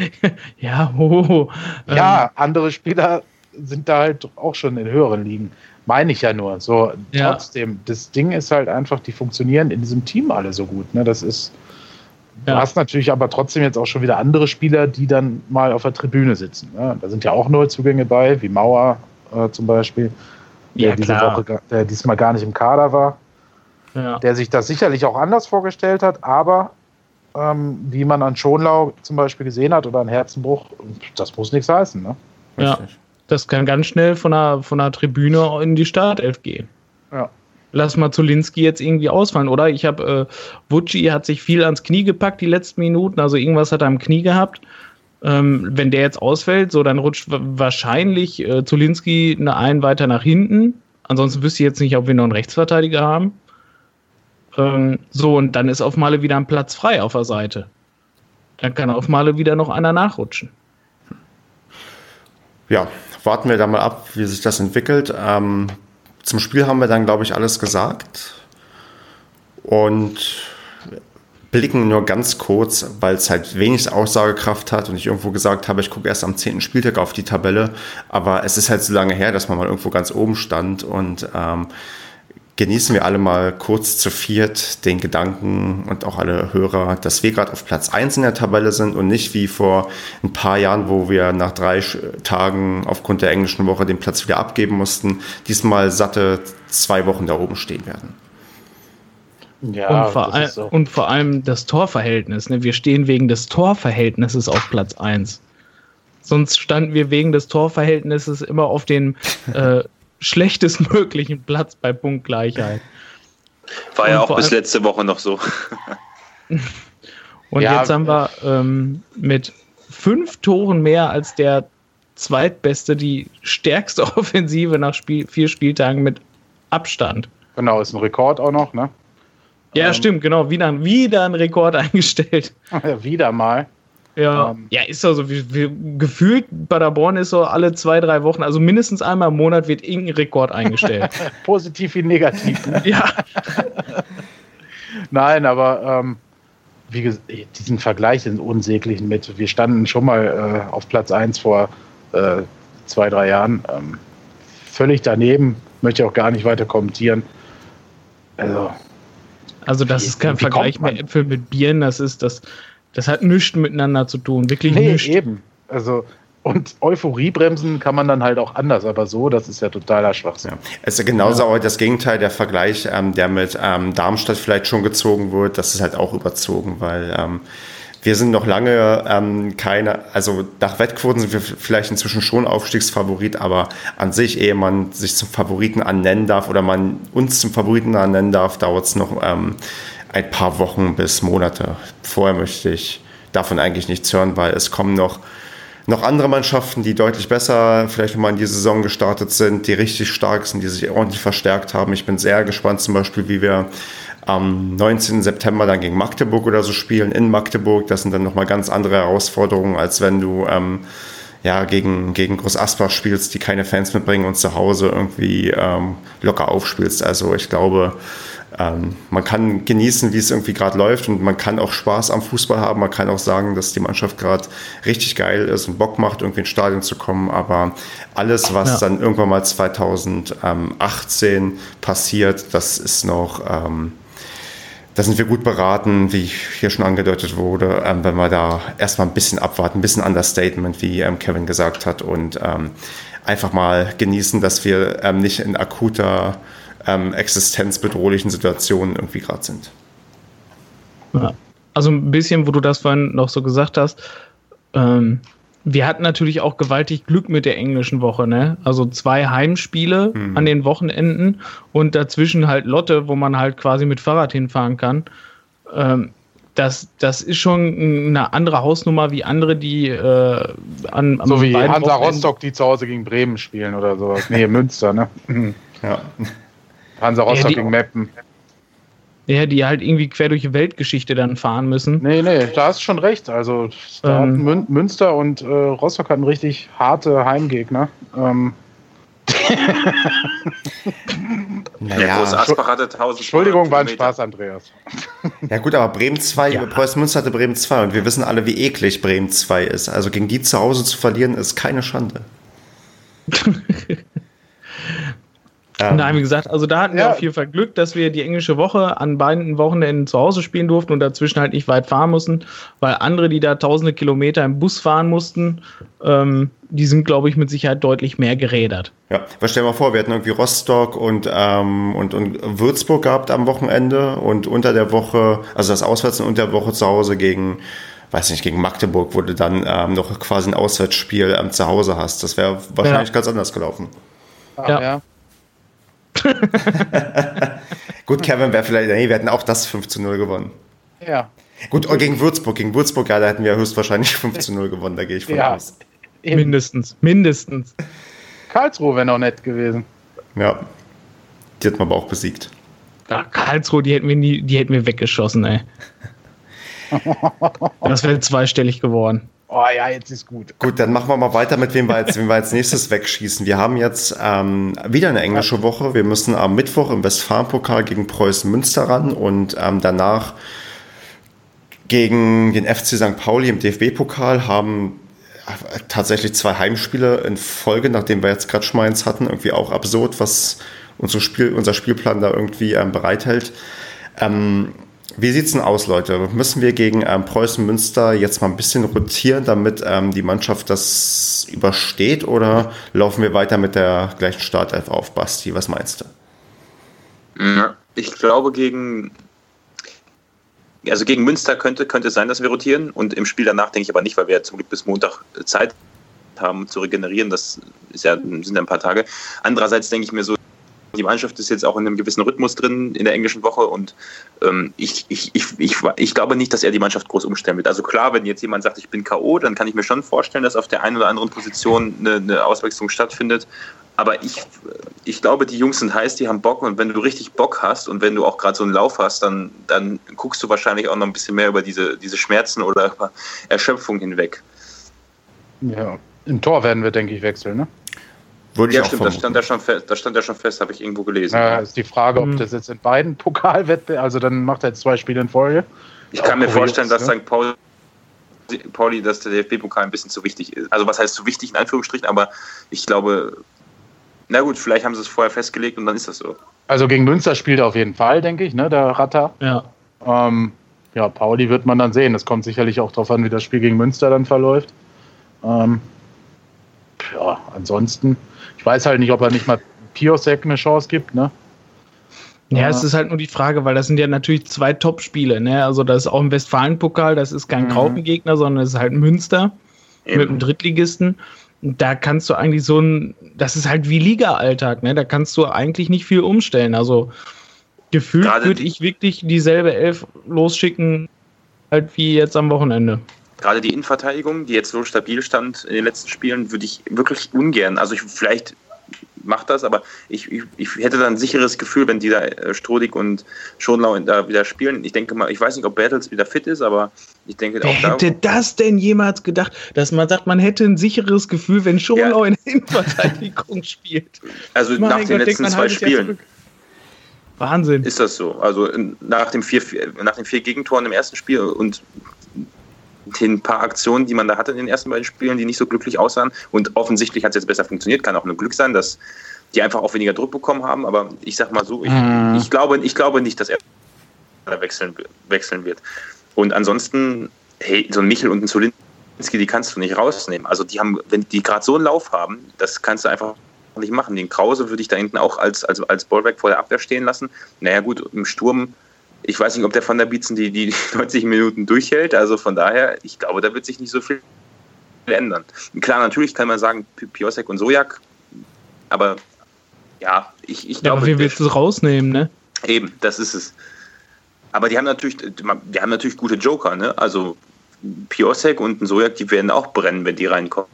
ja, andere Spieler sind da halt auch schon in höheren Ligen. Meine ich ja nur. So, trotzdem, das Ding ist halt einfach, die funktionieren in diesem Team alle so gut. Ne? Das ist. Du hast natürlich aber trotzdem jetzt auch schon wieder andere Spieler, die dann mal auf der Tribüne sitzen. Ne? Da sind ja auch Neuzugänge bei, wie Mauer zum Beispiel, der diesmal gar nicht im Kader war. Ja. Der sich das sicherlich auch anders vorgestellt hat, aber wie man an Schonlau zum Beispiel gesehen hat oder an Herzenbruch, das muss nichts heißen. Ne? Ja, das kann ganz schnell von der Tribüne in die Startelf gehen. lass mal Zulinski jetzt irgendwie ausfallen, oder? Ich habe, Vucci hat sich viel ans Knie gepackt die letzten Minuten, also irgendwas hat er am Knie gehabt. Wenn der jetzt ausfällt, so, dann rutscht wahrscheinlich Zulinski einen weiter nach hinten. Ansonsten wüsste ich jetzt nicht, ob wir noch einen Rechtsverteidiger haben. So, und dann ist auf Male wieder ein Platz frei auf der Seite. Dann kann auf Male wieder noch einer nachrutschen. Ja, warten wir da mal ab, wie sich das entwickelt. Zum Spiel haben wir dann, glaube ich, alles gesagt. Und blicken nur ganz kurz, weil es halt wenig Aussagekraft hat und ich irgendwo gesagt habe, ich gucke erst am 10. Spieltag auf die Tabelle, aber es ist halt so lange her, dass man mal irgendwo ganz oben stand und genießen wir alle mal kurz zu viert den Gedanken und auch alle Hörer, dass wir gerade auf Platz 1 in der Tabelle sind und nicht wie vor ein paar Jahren, wo wir nach 3 Tagen aufgrund der englischen Woche den Platz wieder abgeben mussten, diesmal satte 2 Wochen da oben stehen werden. Ja, und vor allem das Torverhältnis. Ne? Wir stehen wegen des Torverhältnisses auf Platz 1. Sonst standen wir wegen des Torverhältnisses immer auf dem schlechtestmöglichen Platz bei Punktgleichheit. War ja auch bis letzte Woche noch so. Und ja, jetzt haben wir mit 5 Toren mehr als der Zweitbeste die stärkste Offensive nach 4 Spieltagen mit Abstand. Genau, ist ein Rekord auch noch, ne? Ja, stimmt, genau. Wieder ein Rekord eingestellt. Wieder mal. Ja, ist so. Gefühlt, Paderborn ist so alle 2-3 Wochen, also mindestens einmal im Monat wird irgendein Rekord eingestellt. Positiv wie negativ. Ne? Ja. Nein, aber wie gesagt, diesen Vergleich sind unsäglich mit. Wir standen schon mal auf Platz 1 vor 2-3 Jahren. Völlig daneben, möchte ich auch gar nicht weiter kommentieren. Also das ist kein Vergleich mehr Äpfel mit Birnen, das hat nichts miteinander zu tun, wirklich nichts. Eben. Also, und Euphoriebremsen kann man dann halt auch anders, aber so, das ist ja totaler Schwachsinn. Ja. Es ist genauso auch das Gegenteil, der Vergleich, der mit Darmstadt vielleicht schon gezogen wird, das ist halt auch überzogen, weil wir sind noch lange also nach Wettquoten sind wir vielleicht inzwischen schon Aufstiegsfavorit, aber an sich, ehe man sich zum Favoriten annennen darf oder man uns zum Favoriten annennen darf, dauert es noch ein paar Wochen bis Monate. Vorher möchte ich davon eigentlich nichts hören, weil es kommen noch andere Mannschaften, die deutlich besser vielleicht nochmal in die Saison gestartet sind, die richtig stark sind, die sich ordentlich verstärkt haben. Ich bin sehr gespannt zum Beispiel, wie wir am 19. September dann gegen Magdeburg oder so spielen, in Magdeburg. Das sind dann nochmal ganz andere Herausforderungen, als wenn du gegen Groß Asbach spielst, die keine Fans mitbringen und zu Hause irgendwie locker aufspielst. Also ich glaube, man kann genießen, wie es irgendwie gerade läuft und man kann auch Spaß am Fußball haben. Man kann auch sagen, dass die Mannschaft gerade richtig geil ist und Bock macht, irgendwie ins Stadion zu kommen. Aber alles, was dann irgendwann mal 2018 passiert, das ist noch... Da sind wir gut beraten, wie hier schon angedeutet wurde, wenn wir da erstmal ein bisschen abwarten, ein bisschen Understatement, wie Kevin gesagt hat, und einfach mal genießen, dass wir nicht in akuter, existenzbedrohlichen Situationen irgendwie gerade sind. Ja. Also ein bisschen, wo du das vorhin noch so gesagt hast, wir hatten natürlich auch gewaltig Glück mit der englischen Woche, ne? Also 2 Heimspiele an den Wochenenden und dazwischen halt Lotte, wo man halt quasi mit Fahrrad hinfahren kann. Das ist schon eine andere Hausnummer wie andere, die an so wie Hansa Rostock, die zu Hause gegen Bremen spielen oder sowas. Nee, Münster, ne? Ja. Hansa Rostock gegen Meppen. Ja, die halt irgendwie quer durch die Weltgeschichte dann fahren müssen. Nee, da hast du schon recht. Also da hatten Münster und Rostock hatten richtig harte Heimgegner. Groß Asbach hatte 1000. Entschuldigung, war ein Spaß, Andreas. Ja gut, aber Bremen 2, Preußen Münster hatte Bremen 2 und wir wissen alle, wie eklig Bremen 2 ist. Also gegen die zu Hause zu verlieren, ist keine Schande. Nein, wie gesagt, also da hatten wir auf jeden Fall Glück, dass wir die englische Woche an beiden Wochenenden zu Hause spielen durften und dazwischen halt nicht weit fahren mussten, weil andere, die da tausende Kilometer im Bus fahren mussten, die sind, glaube ich, mit Sicherheit deutlich mehr gerädert. Ja, aber stell dir mal vor, wir hatten irgendwie Rostock und Würzburg gehabt am Wochenende und unter der Woche, also das Auswärts und unter der Woche zu Hause gegen Magdeburg, wo du dann noch quasi ein Auswärtsspiel zu Hause hast. Das wäre wahrscheinlich ganz anders gelaufen. Ja. Gut, Kevin wäre vielleicht, nee, wir hätten auch das 5-0 gewonnen. Ja. Gut, gegen Würzburg, ja, da hätten wir höchstwahrscheinlich 5-0 gewonnen, da gehe ich von aus. Eben. Mindestens. Karlsruhe wäre noch nett gewesen. Ja, die hätten wir aber auch besiegt. Ja, Karlsruhe, die hätten wir weggeschossen, ey. Das wäre zweistellig geworden. Oh ja, jetzt ist gut. Gut, dann machen wir mal weiter mit wem wir als nächstes wegschießen. Wir haben jetzt wieder eine englische Woche. Wir müssen am Mittwoch im Westfalenpokal gegen Preußen Münster ran und danach gegen den FC St. Pauli im DFB-Pokal, haben tatsächlich 2 Heimspiele in Folge, nachdem wir jetzt gerade Mainz hatten. Irgendwie auch absurd, was unser Spielplan da irgendwie bereithält. Wie sieht's denn aus, Leute? Müssen wir gegen Preußen Münster jetzt mal ein bisschen rotieren, damit die Mannschaft das übersteht, oder laufen wir weiter mit der gleichen Startelf auf? Basti, was meinst du? Ich glaube, gegen Münster könnte es sein, dass wir rotieren, und im Spiel danach denke ich aber nicht, weil wir ja zum Glück bis Montag Zeit haben zu regenerieren. Das sind ein paar Tage. Andererseits denke ich mir so, die Mannschaft ist jetzt auch in einem gewissen Rhythmus drin in der englischen Woche, und ich glaube nicht, dass er die Mannschaft groß umstellen wird. Also klar, wenn jetzt jemand sagt, ich bin K.O., dann kann ich mir schon vorstellen, dass auf der einen oder anderen Position eine Auswechslung stattfindet. Aber ich glaube, die Jungs sind heiß, die haben Bock, und wenn du richtig Bock hast und wenn du auch gerade so einen Lauf hast, dann guckst du wahrscheinlich auch noch ein bisschen mehr über diese Schmerzen oder über Erschöpfung hinweg. Ja, im Tor werden wir, denke ich, wechseln, ne? Ja, stimmt, das stand ja schon fest, habe ich irgendwo gelesen. Ja, ist die Frage, ob das jetzt in beiden Pokalwettbewerben, also dann macht er jetzt 2 Spiele in Folge. Ich kann mir vorstellen, dass St. Pauli, dass der DFB-Pokal ein bisschen zu wichtig ist. Also was heißt zu wichtig in Anführungsstrichen, aber ich glaube, na gut, vielleicht haben sie es vorher festgelegt und dann ist das so. Also gegen Münster spielt er auf jeden Fall, denke ich, ne, der Ratter. Ja. Ja, Pauli wird man dann sehen. Es kommt sicherlich auch darauf an, wie das Spiel gegen Münster dann verläuft. Ja, ansonsten, ich weiß halt nicht, ob er nicht mal Piosek eine Chance gibt, ne? Ja, es ist halt nur die Frage, weil das sind ja natürlich 2 Top-Spiele, ne? Also das ist auch im Westfalenpokal, das ist kein Graupengegner, sondern es ist halt Münster mit einem Drittligisten. Da kannst du eigentlich das ist halt wie Liga-Alltag, ne? Da kannst du eigentlich nicht viel umstellen. Also gefühlt würde ich wirklich dieselbe Elf losschicken, halt wie jetzt am Wochenende. Gerade die Innenverteidigung, die jetzt so stabil stand in den letzten Spielen, würde ich wirklich ungern, also vielleicht macht das, aber ich hätte dann ein sicheres Gefühl, wenn die da Strodig und Schonlau da wieder spielen. Ich denke mal, ich weiß nicht, ob Bertels wieder fit ist, aber ich denke auch da. Wer hätte das denn jemals gedacht, dass man sagt, man hätte ein sicheres Gefühl, wenn Schonlau in der Innenverteidigung spielt? Also nach den letzten 2 Spielen. Wahnsinn. Ist das so? Also nach den 4 Gegentoren im ersten Spiel und den paar Aktionen, die man da hatte in den ersten beiden Spielen, die nicht so glücklich aussahen. Und offensichtlich hat es jetzt besser funktioniert. Kann auch nur Glück sein, dass die einfach auch weniger Druck bekommen haben. Aber ich sag mal so, ich glaube nicht, dass er wechseln wird. Und ansonsten, hey, so ein Michel und ein Zulinski, die kannst du nicht rausnehmen. Also die haben, wenn die gerade so einen Lauf haben, das kannst du einfach nicht machen. Den Krause würde ich da hinten auch als Bollwerk vor der Abwehr stehen lassen. Naja gut, im Sturm, ich weiß nicht, ob der Van der Bietzen die 90 Minuten durchhält. Also von daher, ich glaube, da wird sich nicht so viel ändern. Klar, natürlich kann man sagen, Piosek und Sojak, aber ja, ich glaube... Aber wie willst du es rausnehmen, ne? Eben, das ist es. Aber die haben natürlich gute Joker, ne? Also Piosek und ein Sojak, die werden auch brennen, wenn die reinkommen.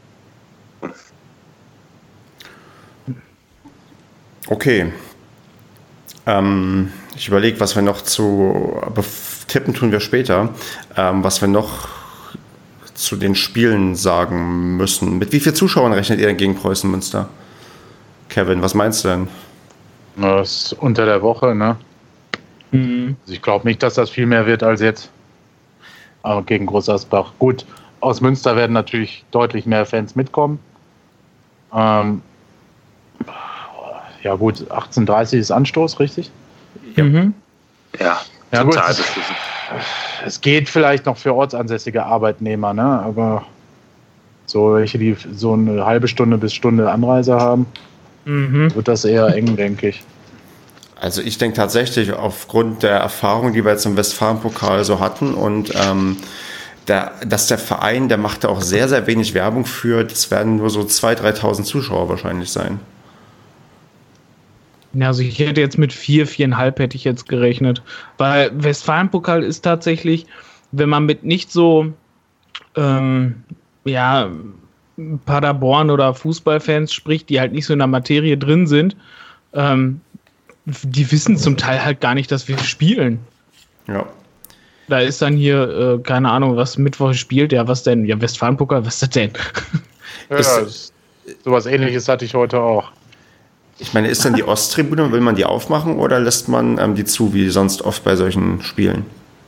Okay. Ich überlege, was wir noch tippen tun wir später, was wir noch zu den Spielen sagen müssen. Mit wie vielen Zuschauern rechnet ihr denn gegen Preußen Münster? Kevin, was meinst du denn? Das ist unter der Woche, ne? Also ich glaube nicht, dass das viel mehr wird als jetzt. Aber gegen Groß Asbach. Gut, aus Münster werden natürlich deutlich mehr Fans mitkommen. Ja gut, 18:30 ist Anstoß, richtig? Ja, ja gut. Es geht vielleicht noch für ortsansässige Arbeitnehmer, ne? Aber so welche, die so eine halbe Stunde bis Stunde Anreise haben, wird das eher eng, denke ich. Also ich denke tatsächlich, aufgrund der Erfahrung, die wir jetzt im Westfalenpokal so hatten und dass der Verein, der macht da auch sehr, sehr wenig Werbung für, das werden nur so 2.000, 3.000 Zuschauer wahrscheinlich sein. Ja, also ich hätte jetzt mit 4,5 hätte ich jetzt gerechnet. Weil Westfalenpokal ist tatsächlich, wenn man mit nicht so Paderborn oder Fußballfans spricht, die halt nicht so in der Materie drin sind, die wissen zum Teil halt gar nicht, dass wir spielen. Ja. Da ist dann hier, keine Ahnung, was Mittwoch spielt. Ja, was denn? Ja, Westfalenpokal, was ist das denn? Ja, sowas Ähnliches hatte ich heute auch. Ich meine, ist dann die Osttribüne, will man die aufmachen oder lässt man die zu, wie sonst oft bei solchen Spielen?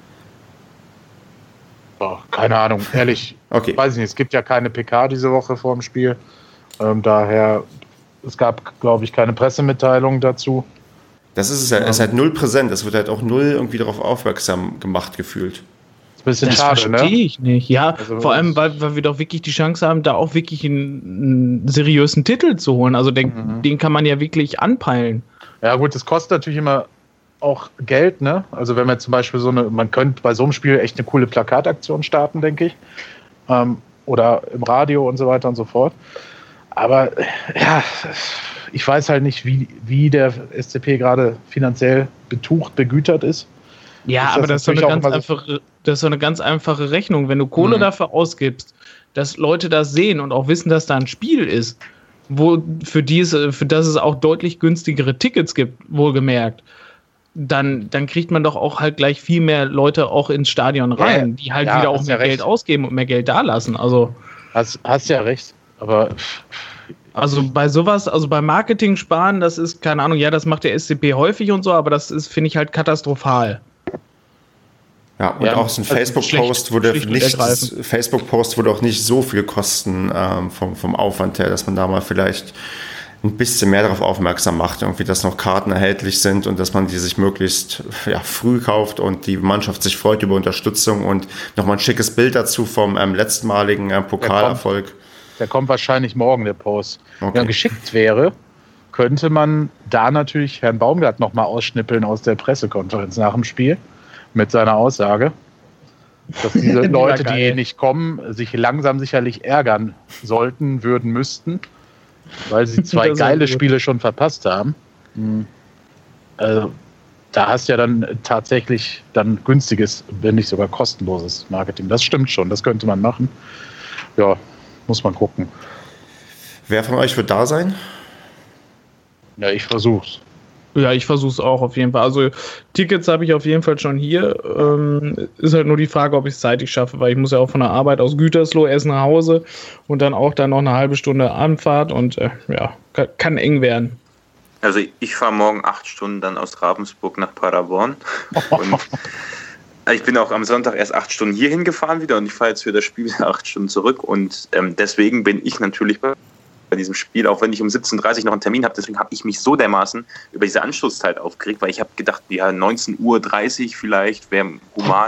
Oh, keine Ahnung, ehrlich. Okay. Weiß ich nicht, es gibt ja keine PK diese Woche vor dem Spiel. Daher, es gab, glaube ich, keine Pressemitteilung dazu. Das ist es ja, es ist halt null präsent, es wird halt auch null irgendwie darauf aufmerksam gemacht gefühlt. Bisschen das schade, ne? Verstehe ich nicht. Ja, also, vor allem, weil wir doch wirklich die Chance haben, da auch wirklich einen seriösen Titel zu holen. Also den kann man ja wirklich anpeilen. Ja gut, das kostet natürlich immer auch Geld, ne? Also wenn wir zum Beispiel man könnte bei so einem Spiel echt eine coole Plakataktion starten, denke ich. Oder im Radio und so weiter und so fort. Aber ja, ich weiß halt nicht, wie der SCP gerade finanziell begütert ist. Ja, aber das ist so eine ganz einfache Rechnung. Wenn du Kohle dafür ausgibst, dass Leute das sehen und auch wissen, dass da ein Spiel ist, für das es auch deutlich günstigere Tickets gibt, wohlgemerkt, dann kriegt man doch auch halt gleich viel mehr Leute auch ins Stadion rein, die halt wieder auch mehr Geld ausgeben und mehr Geld dalassen. Also hast ja recht, aber also bei sowas, also bei Marketing sparen, das ist, keine Ahnung, ja, das macht der SCP häufig und so, aber das ist, finde ich, halt katastrophal. Ja, und auch so ein Facebook-Post würde auch nicht so viel kosten vom Aufwand her, dass man da mal vielleicht ein bisschen mehr darauf aufmerksam macht, irgendwie, dass noch Karten erhältlich sind und dass man die sich möglichst früh kauft und die Mannschaft sich freut über Unterstützung und nochmal ein schickes Bild dazu vom letztmaligen Pokalerfolg. Der kommt wahrscheinlich morgen, der Post. Okay. Wenn er geschickt wäre, könnte man da natürlich Herrn Baumgart nochmal ausschnippeln aus der Pressekonferenz nach dem Spiel mit seiner Aussage, dass diese Leute, die nicht kommen, sich langsam sicherlich ärgern müssten, weil sie 2 geile Spiele schon verpasst haben. Also, da hast du ja dann tatsächlich dann günstiges, wenn nicht sogar kostenloses Marketing. Das stimmt schon, das könnte man machen. Ja, muss man gucken. Wer von euch wird da sein? Ja, ich versuch's. Ja, ich versuch's auch auf jeden Fall. Also Tickets habe ich auf jeden Fall schon hier. Ist halt nur die Frage, ob ich es zeitig schaffe, weil ich muss ja auch von der Arbeit aus Gütersloh erst nach Hause und dann auch noch eine halbe Stunde Anfahrt und kann eng werden. Also ich fahre morgen 8 Stunden dann aus Ravensburg nach Paderborn und ich bin auch am Sonntag erst 8 Stunden hierhin gefahren wieder und ich fahre jetzt für das Spiel 8 Stunden zurück und deswegen bin ich natürlich bei diesem Spiel, auch wenn ich um 17:30 Uhr noch einen Termin habe, deswegen habe ich mich so dermaßen über diese Anschlusszeit aufgeregt, weil ich habe gedacht, 19:30 Uhr vielleicht wäre human.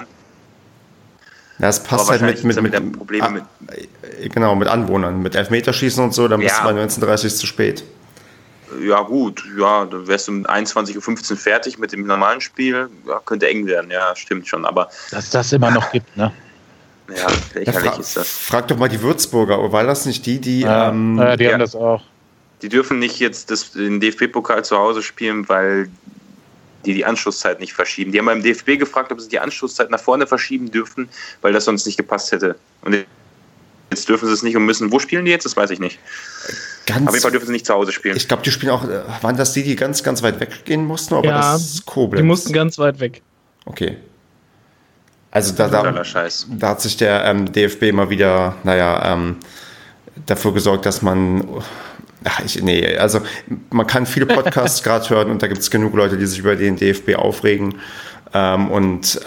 Das passt halt mit Probleme mit Anwohnern, mit Elfmeterschießen und so, dann bist du bei 19:30 Uhr zu spät. Ja gut, dann wärst du um 21:15 Uhr fertig mit dem normalen Spiel, könnte eng werden, ja, stimmt schon, aber... Dass das immer noch gibt, ne? Ja, lächerlich ist das. Frag doch mal die Würzburger, war das nicht die... die haben das auch. Die dürfen nicht jetzt den DFB-Pokal zu Hause spielen, weil die Anschlusszeit nicht verschieben. Die haben beim DFB gefragt, ob sie die Anschlusszeit nach vorne verschieben dürfen, weil das sonst nicht gepasst hätte. Und jetzt dürfen sie es nicht und müssen... Wo spielen die jetzt? Das weiß ich nicht. Auf jeden Fall dürfen sie nicht zu Hause spielen. Ich glaube, die spielen auch... Waren das die ganz, ganz weit weggehen mussten? Oder das ist Koblenz? Die mussten ganz weit weg. Okay. Also da hat sich der DFB mal wieder, dafür gesorgt, dass man... also man kann viele Podcasts gerade hören und da gibt es genug Leute, die sich über den DFB aufregen das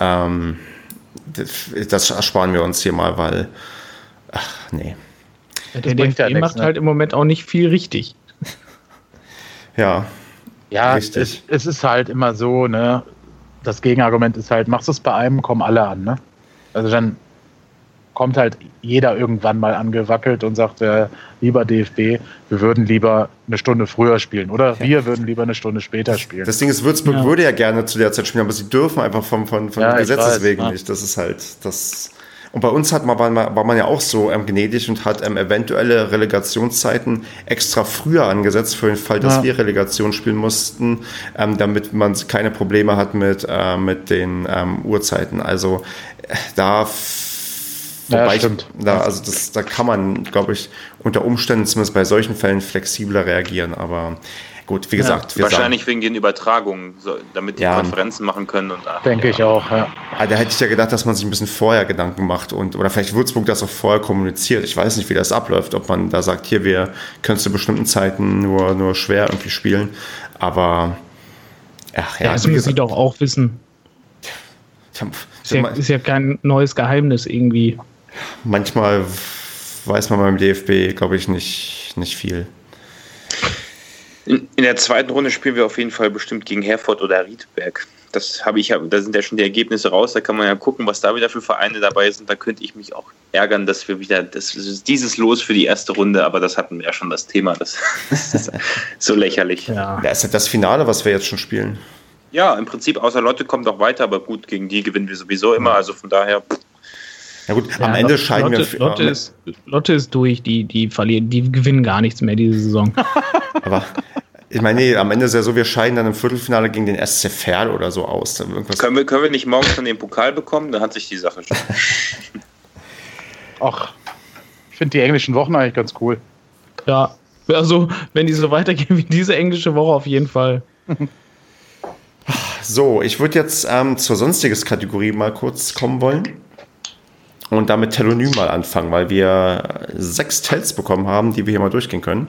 ersparen wir uns hier mal, weil der DFB macht halt im Moment auch nicht viel richtig. Ja, richtig. Es ist halt immer so, ne? Das Gegenargument ist halt, machst du es bei einem, kommen alle an, ne? Also dann kommt halt jeder irgendwann mal angewackelt und sagt, lieber DFB, wir würden lieber eine Stunde früher spielen oder wir würden lieber eine Stunde später spielen. Das Ding ist, Würzburg würde ja gerne zu der Zeit spielen, aber sie dürfen einfach von Gesetzes wegen nicht. Das ist halt das. Und bei uns war man ja auch so gnädig und hat eventuelle Relegationszeiten extra früher angesetzt für den Fall, dass wir Relegation spielen mussten, damit man keine Probleme hat mit den Uhrzeiten. Also da da kann man, glaube ich, unter Umständen zumindest bei solchen Fällen flexibler reagieren. Aber gut, wie gesagt. Wahrscheinlich wegen den Übertragungen, damit die Konferenzen machen können. Denke ich auch, ja. Da hätte ich ja gedacht, dass man sich ein bisschen vorher Gedanken macht oder vielleicht Würzburg das auch vorher kommuniziert. Ich weiß nicht, wie das abläuft, ob man da sagt, hier, wir können zu bestimmten Zeiten nur schwer irgendwie spielen. Aber, das müssen sie doch auch wissen. Ist ja kein neues Geheimnis irgendwie. Manchmal weiß man beim DFB, glaube ich, nicht viel. In der zweiten Runde spielen wir auf jeden Fall bestimmt gegen Herford oder Riedberg. Da sind ja schon die Ergebnisse raus, da kann man ja gucken, was da wieder für Vereine dabei sind. Da könnte ich mich auch ärgern, dass wir wieder, das ist dieses Los für die erste Runde, aber das hatten wir ja schon das Thema. Das ist so lächerlich. Ja, ist halt das Finale, was wir jetzt schon spielen. Ja, im Prinzip, außer Lotte kommt auch weiter, aber gut, gegen die gewinnen wir sowieso immer, also von daher. Ja gut, am Ende scheiden wir. Lotte ist durch, die gewinnen gar nichts mehr diese Saison. Aber ich meine, am Ende ist ja so, wir scheiden dann im Viertelfinale gegen den SC Verl oder so aus. Können wir nicht morgen schon den Pokal bekommen? Dann hat sich die Sache schon. Ach, ich finde die englischen Wochen eigentlich ganz cool. Ja, also wenn die so weitergehen wie diese englische Woche, auf jeden Fall. So, ich würde jetzt zur Sonstiges-Kategorie mal kurz kommen wollen und damit Telonym mal anfangen, weil wir 6 Tells bekommen haben, die wir hier mal durchgehen können.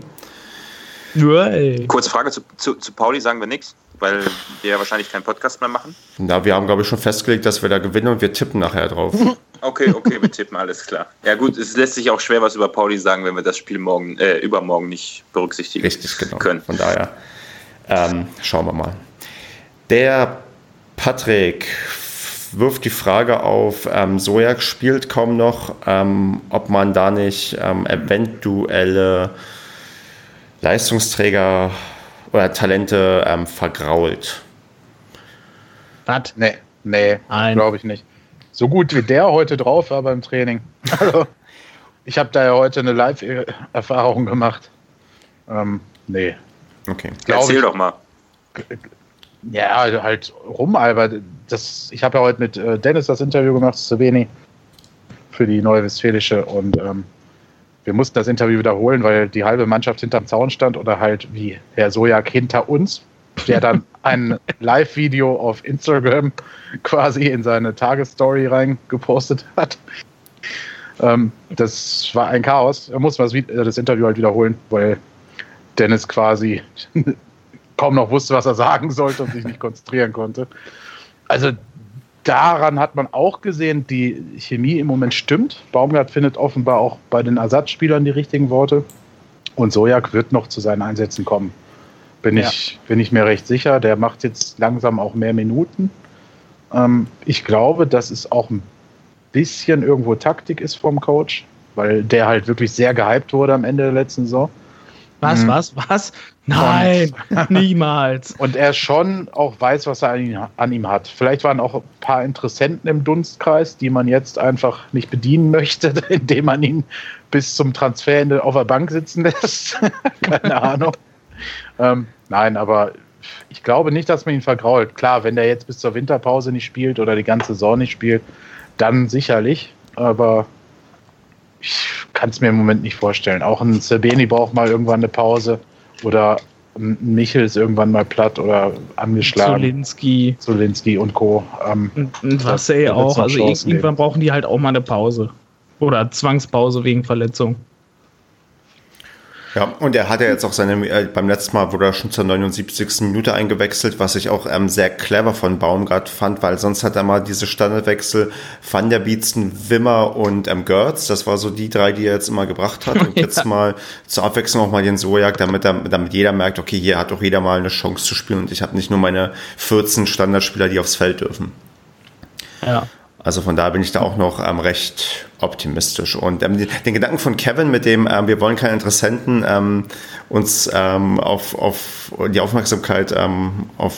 Kurze Frage zu Pauli, sagen wir nichts, weil wir ja wahrscheinlich keinen Podcast mehr machen. Na, wir haben, glaube ich, schon festgelegt, dass wir da gewinnen und wir tippen nachher drauf. Okay, wir tippen, alles klar. Ja gut, es lässt sich auch schwer was über Pauli sagen, wenn wir das Spiel übermorgen nicht berücksichtigen können. Von daher schauen wir mal. Der Patrick wirft die Frage auf, Sojak spielt kaum noch, ob man da nicht eventuelle Leistungsträger oder Talente vergrault. Was? Nee, glaube ich nicht. So gut wie der heute drauf war beim Training. Also, ich habe da ja heute eine Live-Erfahrung gemacht. Nee. Okay. Erzähl doch mal. Ja, halt rumalbert. Ich habe ja heute mit Dennis das Interview gemacht, Sloveni, für die Neue Westfälische, und wir mussten das Interview wiederholen, weil die halbe Mannschaft hinterm Zaun stand oder halt wie Herr Sojak hinter uns, der dann ein Live-Video auf Instagram quasi in seine Tagesstory reingepostet hat. Das war ein Chaos. Er musste das Interview halt wiederholen, weil Dennis quasi kaum noch wusste, was er sagen sollte und sich nicht konzentrieren konnte. Also daran hat man auch gesehen, die Chemie im Moment stimmt. Baumgart findet offenbar auch bei den Ersatzspielern die richtigen Worte. Und Sojak wird noch zu seinen Einsätzen kommen. Bin ich mir recht sicher. Der macht jetzt langsam auch mehr Minuten. Ich glaube, dass es auch ein bisschen irgendwo Taktik ist vom Coach, weil der halt wirklich sehr gehypt wurde am Ende der letzten Saison. Was? Nein, niemals. Und er schon auch weiß, was er an ihm hat. Vielleicht waren auch ein paar Interessenten im Dunstkreis, die man jetzt einfach nicht bedienen möchte, indem man ihn bis zum Transferende auf der Bank sitzen lässt. Keine Ahnung. Nein, aber ich glaube nicht, dass man ihn vergrault. Klar, wenn der jetzt bis zur Winterpause nicht spielt oder die ganze Saison nicht spielt, dann sicherlich. Aber ich kann es mir im Moment nicht vorstellen. Auch ein Srbeni braucht mal irgendwann eine Pause. Oder ein Michel ist irgendwann mal platt oder angeschlagen. Zulinski und Co. Und Vassey auch. Also irgendwann brauchen die halt auch mal eine Pause. Oder Zwangspause wegen Verletzung. Ja, und er hat ja jetzt auch beim letzten Mal wurde er schon zur 79. Minute eingewechselt, was ich auch sehr clever von Baumgart fand, weil sonst hat er mal diese Standardwechsel Van der Bietzen, Wimmer und Görz, das war so die 3, die er jetzt immer gebracht hat, und jetzt mal zur Abwechslung auch mal den Sojak, damit jeder merkt, okay, hier hat auch jeder mal eine Chance zu spielen und ich habe nicht nur meine 14 Standardspieler, die aufs Feld dürfen. Ja. Also von daher bin ich da auch noch recht optimistisch. Und den Gedanken von Kevin mit dem, wir wollen keine Interessenten uns auf die Aufmerksamkeit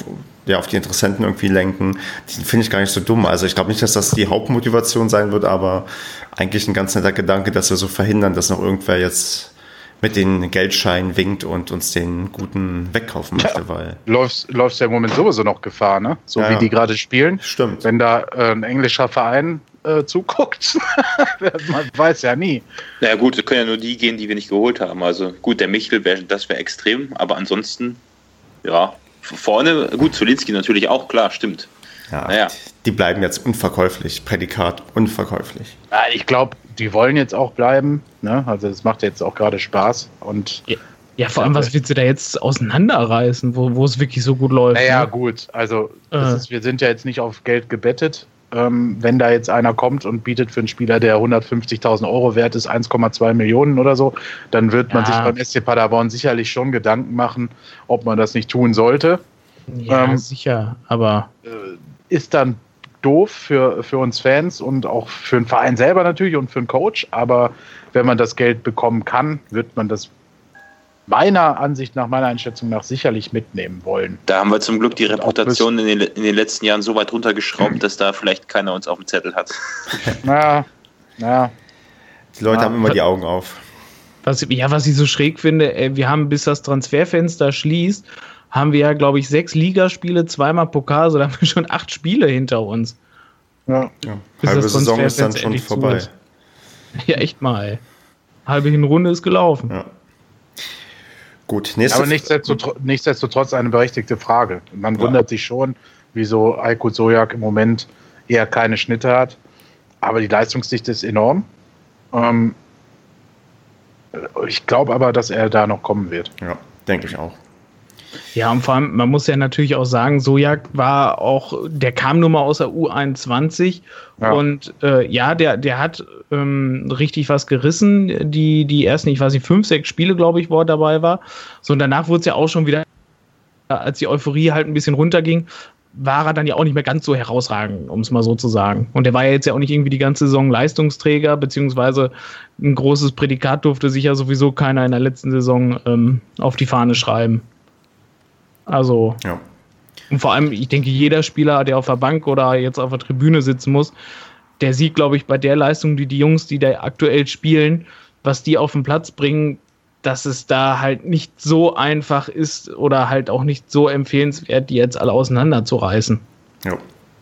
auf die Interessenten irgendwie lenken, die finde ich gar nicht so dumm. Also ich glaube nicht, dass das die Hauptmotivation sein wird, aber eigentlich ein ganz netter Gedanke, dass wir so verhindern, dass noch irgendwer jetzt mit den Geldscheinen winkt und uns den guten wegkaufen möchte, weil... Läufst ja im Moment sowieso noch Gefahr, ne? So wie die gerade spielen. Stimmt. Wenn da ein englischer Verein zuguckt, man weiß ja nie. Naja gut, es können ja nur die gehen, die wir nicht geholt haben. Also gut, der Michel, das wäre extrem, aber ansonsten, ja, vorne, gut, Zulinski natürlich auch, klar, stimmt. Ja, naja. Die bleiben jetzt unverkäuflich, Prädikat unverkäuflich. Ja, ich glaube, die wollen jetzt auch bleiben, ne? Also das macht jetzt auch gerade Spaß. Und ja, vor allem, was willst du da jetzt auseinanderreißen, wo es wirklich so gut läuft? Naja, ne? Gut, also wir sind ja jetzt nicht auf Geld gebettet. Wenn da jetzt einer kommt und bietet für einen Spieler, der 150.000 Euro wert ist, 1,2 Millionen oder so, dann wird man sich beim SC Paderborn sicherlich schon Gedanken machen, ob man das nicht tun sollte. Ja, sicher, aber... Ist dann doof für uns Fans und auch für den Verein selber natürlich und für den Coach, aber wenn man das Geld bekommen kann, wird man das meiner Einschätzung nach sicherlich mitnehmen wollen. Da haben wir zum Glück die Reputation in den letzten Jahren so weit runtergeschraubt, dass da vielleicht keiner uns auf dem Zettel hat. Naja. Die Leute haben immer die Augen auf. Was ich so schräg finde, wir haben, bis das Transferfenster schließt, haben wir ja, glaube ich, 6 Ligaspiele, 2-mal Pokal, also da haben wir schon 8 Spiele hinter uns. Ja. Halbe Saison ist dann schon vorbei. Ja, echt mal, ey. Halbe Hinrunde ist gelaufen. Ja. Gut, aber nichtsdestotrotz eine berechtigte Frage. Man wundert sich schon, wieso Aykut Sojak im Moment eher keine Schnitte hat. Aber die Leistungsdichte ist enorm. Ich glaube aber, dass er da noch kommen wird. Ja, denke ich auch. Ja, und vor allem, man muss ja natürlich auch sagen, Sojak war auch, der kam nur mal aus der U21 und der hat richtig was gerissen, die ersten, ich weiß nicht, 5, 6 Spiele, glaube ich, wo er dabei war. So, und danach wurde es ja auch schon wieder, als die Euphorie halt ein bisschen runterging, war er dann ja auch nicht mehr ganz so herausragend, um es mal so zu sagen. Und der war ja jetzt ja auch nicht irgendwie die ganze Saison Leistungsträger, beziehungsweise ein großes Prädikat durfte sich ja sowieso keiner in der letzten Saison auf die Fahne schreiben. Also, und vor allem, ich denke, jeder Spieler, der auf der Bank oder jetzt auf der Tribüne sitzen muss, der sieht, glaube ich, bei der Leistung, die Jungs, die da aktuell spielen, was die auf den Platz bringen, dass es da halt nicht so einfach ist oder halt auch nicht so empfehlenswert, die jetzt alle auseinanderzureißen. Ja.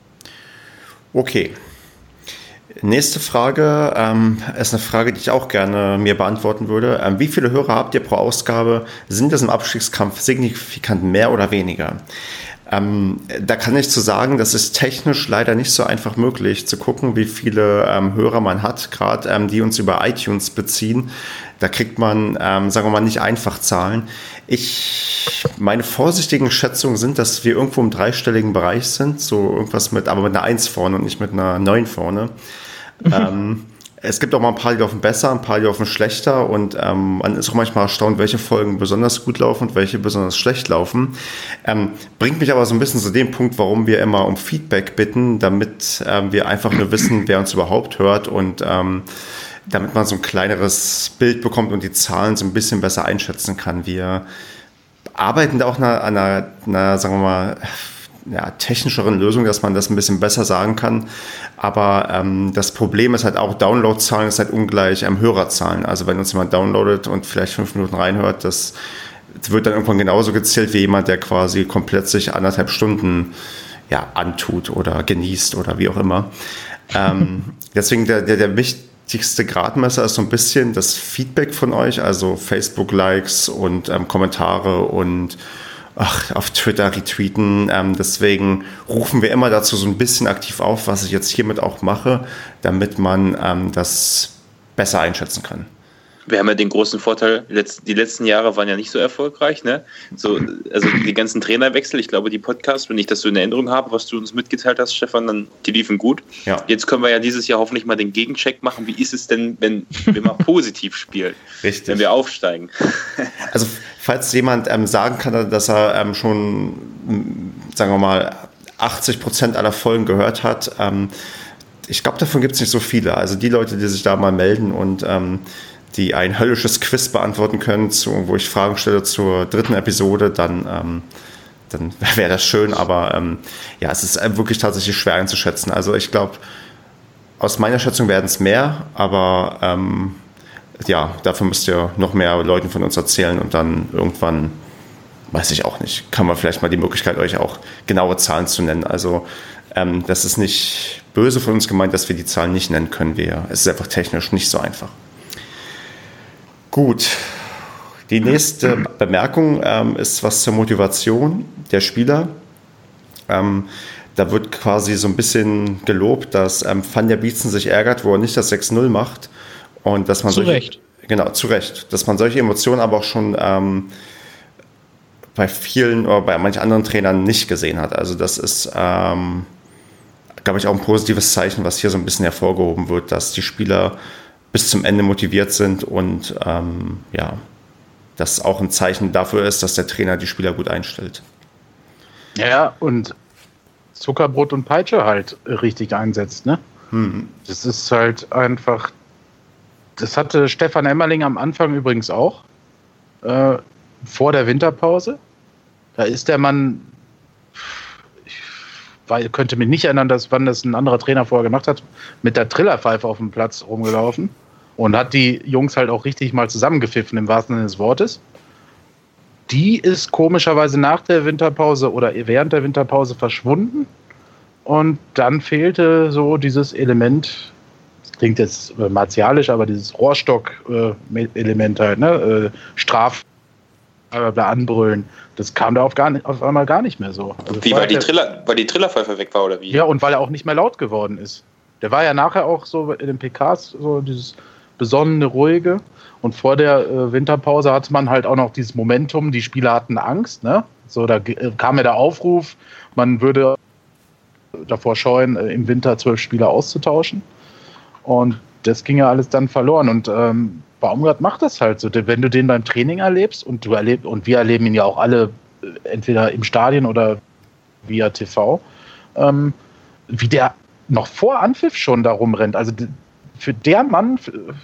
Okay. Nächste Frage ist eine Frage, die ich auch gerne mir beantworten würde. Wie viele Hörer habt ihr pro Ausgabe? Sind das im Abstiegskampf signifikant mehr oder weniger? Da kann ich zu sagen, das ist technisch leider nicht so einfach möglich zu gucken, wie viele Hörer man hat, gerade die uns über iTunes beziehen. Da kriegt man, sagen wir mal, nicht einfach Zahlen. Meine vorsichtigen Schätzungen sind, dass wir irgendwo im dreistelligen Bereich sind, so irgendwas aber mit einer 1 vorne und nicht mit einer 9 vorne. Es gibt auch mal ein paar, die laufen besser, ein paar, die laufen schlechter und man ist auch manchmal erstaunt, welche Folgen besonders gut laufen und welche besonders schlecht laufen. Bringt mich aber so ein bisschen zu dem Punkt, warum wir immer um Feedback bitten, damit wir einfach nur wissen, wer uns überhaupt hört und damit man so ein kleineres Bild bekommt und die Zahlen so ein bisschen besser einschätzen kann. Wir arbeiten da auch an einer, sagen wir mal, technischeren Lösung, dass man das ein bisschen besser sagen kann. Aber das Problem ist halt auch, Downloadzahlen ist halt ungleich Hörerzahlen. Also wenn uns jemand downloadet und vielleicht 5 Minuten reinhört, das wird dann irgendwann genauso gezählt wie jemand, der quasi komplett sich 1,5 Stunden antut oder genießt oder wie auch immer. Deswegen der wichtigste Gradmesser ist so ein bisschen das Feedback von euch, also Facebook-Likes und Kommentare und auf Twitter retweeten. Deswegen rufen wir immer dazu so ein bisschen aktiv auf, was ich jetzt hiermit auch mache, damit man das besser einschätzen kann. Wir haben ja den großen Vorteil, die letzten Jahre waren ja nicht so erfolgreich, ne? Also die ganzen Trainerwechsel, ich glaube, die Podcasts, wenn ich das so in Erinnerung habe, was du uns mitgeteilt hast, Stefan, die liefen gut. Ja. Jetzt können wir ja dieses Jahr hoffentlich mal den Gegencheck machen. Wie ist es denn, wenn wir mal positiv spielen? Richtig. Wenn wir aufsteigen? Also, falls jemand sagen kann, dass er schon, sagen wir mal, 80% aller Folgen gehört hat, ich glaube, davon gibt es nicht so viele. Also die Leute, die sich da mal melden und die ein höllisches Quiz beantworten können, wo ich Fragen stelle zur 3. Episode, dann dann wäre das schön, aber es ist wirklich tatsächlich schwer einzuschätzen. Also ich glaube, aus meiner Schätzung werden es mehr, aber dafür müsst ihr noch mehr Leuten von uns erzählen und dann irgendwann, weiß ich auch nicht, kann man vielleicht mal die Möglichkeit, euch auch genaue Zahlen zu nennen. Also das ist nicht böse von uns gemeint, dass wir die Zahlen nicht nennen können. Es ist einfach technisch nicht so einfach. Gut. Die nächste Bemerkung ist was zur Motivation der Spieler. Da wird quasi so ein bisschen gelobt, dass Vanja Bietzen sich ärgert, wo er nicht das 6-0 macht. Und dass man zu Recht. Genau, zu Recht. Dass man solche Emotionen aber auch schon bei vielen oder bei manchen anderen Trainern nicht gesehen hat. Also das ist, glaube ich, auch ein positives Zeichen, was hier so ein bisschen hervorgehoben wird, dass die Spieler bis zum Ende motiviert sind und das auch ein Zeichen dafür ist, dass der Trainer die Spieler gut einstellt. Ja, und Zuckerbrot und Peitsche halt richtig einsetzt, ne? Das ist halt einfach, das hatte Stefan Emmerling am Anfang übrigens auch, vor der Winterpause. Da ist der Mann, ich könnte mich nicht erinnern, wann das ein anderer Trainer vorher gemacht hat, mit der Trillerpfeife auf dem Platz rumgelaufen und hat die Jungs halt auch richtig mal zusammengepfiffen, im wahrsten Sinne des Wortes. Die ist komischerweise nach der Winterpause oder während der Winterpause verschwunden und dann fehlte so dieses Element, das klingt jetzt martialisch, aber dieses Rohrstock-Element halt, ne? Straf anbrüllen. Das kam da auf einmal gar nicht mehr so. Also wie, weil die Trillerpfeife weg war, oder wie? Ja, und weil er auch nicht mehr laut geworden ist. Der war ja nachher auch so in den PKs so dieses besonnene, ruhige. Und vor der Winterpause hatte man halt auch noch dieses Momentum, die Spieler hatten Angst, ne? So, da kam ja der Aufruf, man würde davor scheuen, im Winter 12 Spieler auszutauschen. Und das ging ja alles dann verloren. Und Baumgart macht das halt so. Wenn du den beim Training erlebst und wir erleben ihn ja auch alle entweder im Stadion oder via TV, wie der noch vor Anpfiff schon da rumrennt. Also für der Mann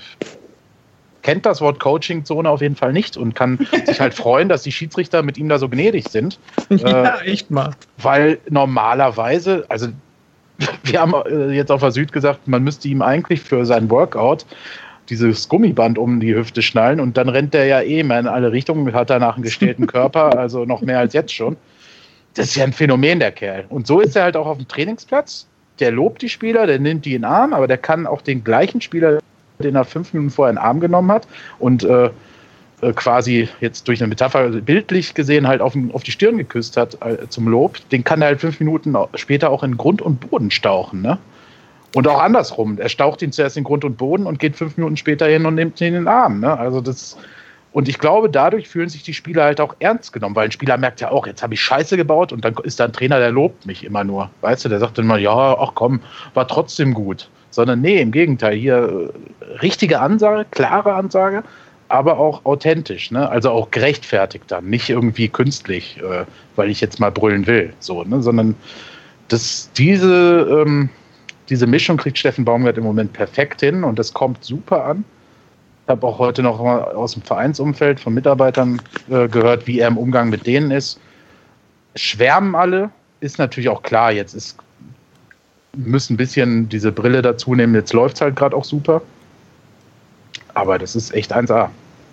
kennt das Wort Coaching-Zone auf jeden Fall nicht und kann sich halt freuen, dass die Schiedsrichter mit ihm da so gnädig sind. Ja, echt mal. Weil normalerweise, also wir haben jetzt auf der Süd gesagt, man müsste ihm eigentlich für sein Workout dieses Gummiband um die Hüfte schnallen und dann rennt der ja immer in alle Richtungen, hat danach einen gestählten Körper, also noch mehr als jetzt schon. Das ist ja ein Phänomen, der Kerl. Und so ist er halt auch auf dem Trainingsplatz. Der lobt die Spieler, der nimmt die in den Arm, aber der kann auch den gleichen Spieler, den er 5 Minuten vorher in den Arm genommen hat und quasi jetzt durch eine Metapher bildlich gesehen halt auf die Stirn geküsst hat zum Lob, den kann er halt 5 Minuten später auch in Grund und Boden stauchen, ne? Und auch andersrum. Er staucht ihn zuerst in Grund und Boden und geht 5 Minuten später hin und nimmt ihn in den Arm, ne? Also und ich glaube, dadurch fühlen sich die Spieler halt auch ernst genommen, weil ein Spieler merkt ja auch, jetzt habe ich Scheiße gebaut und dann ist da ein Trainer, der lobt mich immer nur. Weißt du, der sagt dann mal, ja, ach komm, war trotzdem gut. Sondern nee, im Gegenteil, hier richtige Ansage, klare Ansage, aber auch authentisch, ne? Also auch gerechtfertigt dann, nicht irgendwie künstlich, weil ich jetzt mal brüllen will, so, ne? Sondern diese Mischung kriegt Steffen Baumgart im Moment perfekt hin und das kommt super an. Ich habe auch heute noch mal aus dem Vereinsumfeld von Mitarbeitern gehört, wie er im Umgang mit denen ist. Schwärmen alle, ist natürlich auch klar, müssen ein bisschen diese Brille dazu nehmen, jetzt läuft es halt gerade auch super. Aber das ist echt 1A.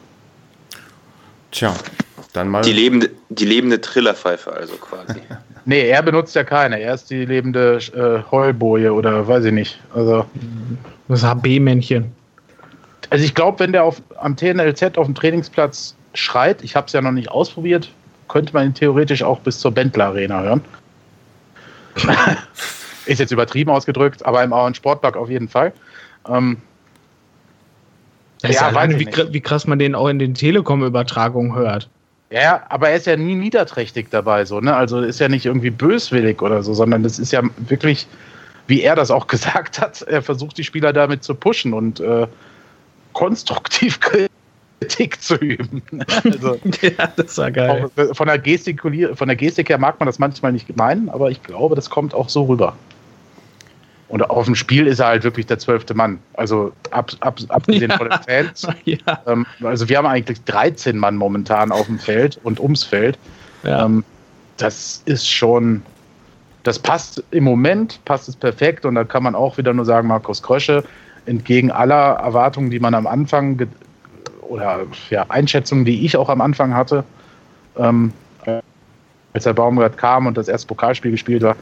Tja, dann mal... Die lebende Trillerpfeife also quasi. Nee, er benutzt ja keine. Er ist die lebende Heulboje oder weiß ich nicht. Also, das HB-Männchen. Also ich glaube, wenn der am TNLZ auf dem Trainingsplatz schreit, ich habe es ja noch nicht ausprobiert, könnte man ihn theoretisch auch bis zur Bentler Arena hören. Ist jetzt übertrieben ausgedrückt, aber im Auern Sportpark auf jeden Fall. Wie krass man den auch in den Telekom-Übertragungen hört. Ja, aber er ist ja nie niederträchtig dabei, so, ne? Also ist ja nicht irgendwie böswillig oder so, sondern das ist ja wirklich, wie er das auch gesagt hat, er versucht die Spieler damit zu pushen und konstruktiv Kritik zu üben. Also, ja, das war geil. Von der Gestik her mag man das manchmal nicht meinen, aber ich glaube, das kommt auch so rüber. Und auf dem Spiel ist er halt wirklich der 12. Mann. Also abgesehen von den Fans. Ja. Also wir haben eigentlich 13 Mann momentan auf dem Feld und ums Feld. Ja. das ist schon, das passt im Moment, passt es perfekt und da kann man auch wieder nur sagen, Markus Krösche, entgegen aller Erwartungen, die man am Anfang oder Einschätzungen, die ich auch am Anfang hatte, als der Baumgart kam und das erste Pokalspiel gespielt war,